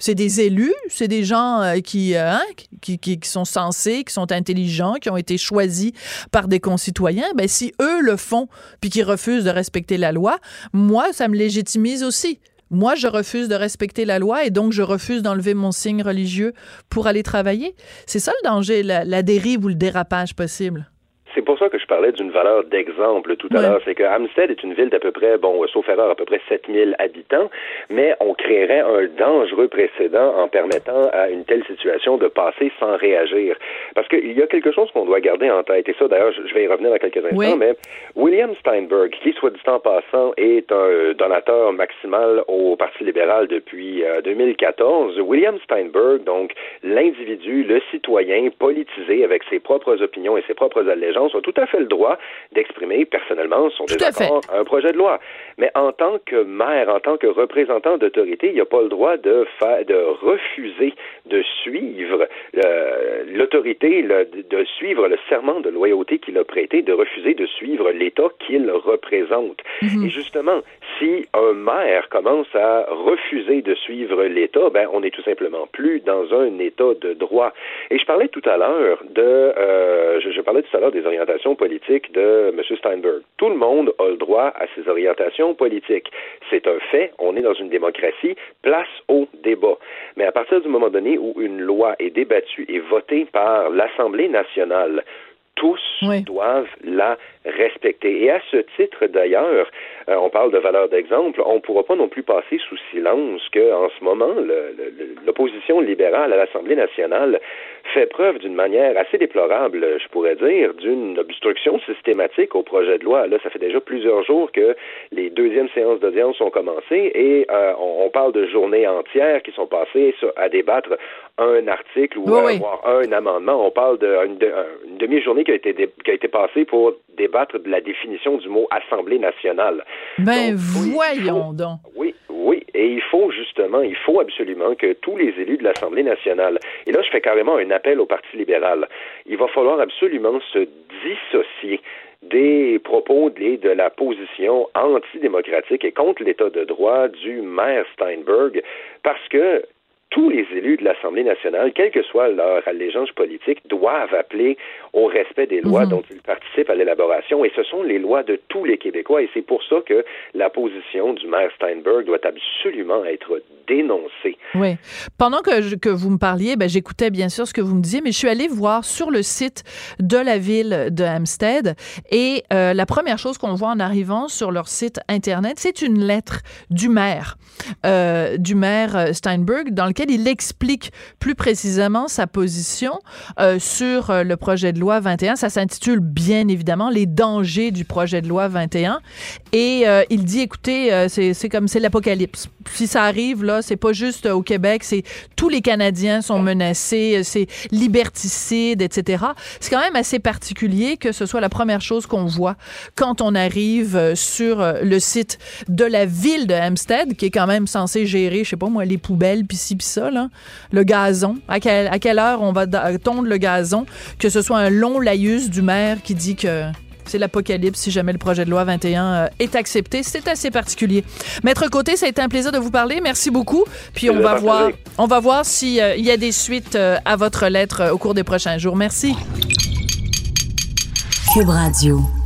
C'est des élus, c'est des gens euh, qui, euh, hein, qui, qui, qui sont sensés, qui sont intelligents, qui ont été choisis par des concitoyens. Ben, si eux le font puis qu'ils refusent de respecter la loi, moi, ça me légitimise aussi. Moi, je refuse de respecter la loi et donc je refuse d'enlever mon signe religieux pour aller travailler. C'est ça le danger, la, la dérive ou le dérapage possible. C'est pour ça que je parlais d'une valeur d'exemple tout à ouais. l'heure. C'est que Hampstead est une ville d'à peu près, bon, sauf erreur, à peu près sept mille habitants, mais on créerait un dangereux précédent en permettant à une telle situation de passer sans réagir. Parce qu'il y a quelque chose qu'on doit garder en tête, et ça, d'ailleurs, je vais y revenir dans quelques instants, oui. mais William Steinberg, qui, soit dit en passant, est un donateur maximal au Parti libéral depuis euh, deux mille quatorze. William Steinberg, donc, l'individu, le citoyen politisé avec ses propres opinions et ses propres allégeances, ont tout à fait le droit d'exprimer personnellement son désaccord à un projet de loi. Mais en tant que maire, en tant que représentant d'autorité, il n'a pas le droit de faire, de refuser de suivre euh, l'autorité, le, de suivre le serment de loyauté qu'il a prêté, de refuser de suivre l'État qu'il représente. Mm-hmm. Et justement, si un maire commence à refuser de suivre l'État, ben on n'est tout simplement plus dans un État de droit. Et je parlais tout à l'heure de, euh, je, je parlais tout à l'heure des orientations politiques de M. Steinberg. Tout le monde a le droit à ses orientations politiques. C'est un fait, on est dans une démocratie, place au débat. Mais à partir du moment donné où une loi est débattue et votée par l'Assemblée nationale, tous oui. doivent la respecter. Et à ce titre, d'ailleurs, euh, on parle de valeur d'exemple, on ne pourra pas non plus passer sous silence qu'en ce moment, le, le, l'opposition libérale à l'Assemblée nationale fait preuve d'une manière assez déplorable, je pourrais dire, d'une obstruction systématique au projet de loi. Là, ça fait déjà plusieurs jours que les deuxièmes séances d'audience ont commencé et euh, on, on parle de journées entières qui sont passées sur, à débattre un article ou oui, avoir oui. un amendement. On parle d'une de, une demi-journée qui a été, dé, qui a été passée pour débattre de la définition du mot Assemblée nationale. Ben donc, voyons faut, donc. Oui, oui. Et il faut justement, il faut absolument que tous les élus de l'Assemblée nationale, et là je fais carrément un appel au Parti libéral, il va falloir absolument se dissocier des propos de, de la position antidémocratique et contre l'État de droit du maire Steinberg, parce que tous les élus de l'Assemblée nationale, quelle que soit leur allégeance politique, doivent appeler au respect des lois mm-hmm. dont ils participent à l'élaboration. Et ce sont les lois de tous les Québécois. Et c'est pour ça que la position du maire Steinberg doit absolument être dénoncée. Oui. Pendant que, je, que vous me parliez, ben, j'écoutais bien sûr ce que vous me disiez, mais je suis allée voir sur le site de la ville de Hampstead. Et euh, la première chose qu'on voit en arrivant sur leur site Internet, c'est une lettre du maire, euh, du maire Steinberg, dans lequel il explique plus précisément sa position euh, sur euh, le projet de loi vingt et un. Ça s'intitule bien évidemment « Les dangers du projet de loi vingt et un ». Et euh, il dit, écoutez, euh, c'est, c'est comme c'est l'apocalypse. Si ça arrive, là, c'est pas juste euh, au Québec, c'est tous les Canadiens sont menacés, euh, c'est liberticide, et cetera. C'est quand même assez particulier que ce soit la première chose qu'on voit quand on arrive euh, sur euh, le site de la ville de Hampstead, qui est quand même censé gérer, je sais pas moi, les poubelles, pis ci, pis ça, là. Le gazon. À, quel, à quelle heure on va da- tondre le gazon? Que ce soit un long laïus du maire qui dit que c'est l'apocalypse si jamais le projet de loi vingt et un euh, est accepté. C'est assez particulier. Maître Côté, ça a été un plaisir de vous parler. Merci beaucoup. Puis on va, voir, on va voir s'il euh, y a des suites euh, à votre lettre euh, au cours des prochains jours. Merci. Cube Radio.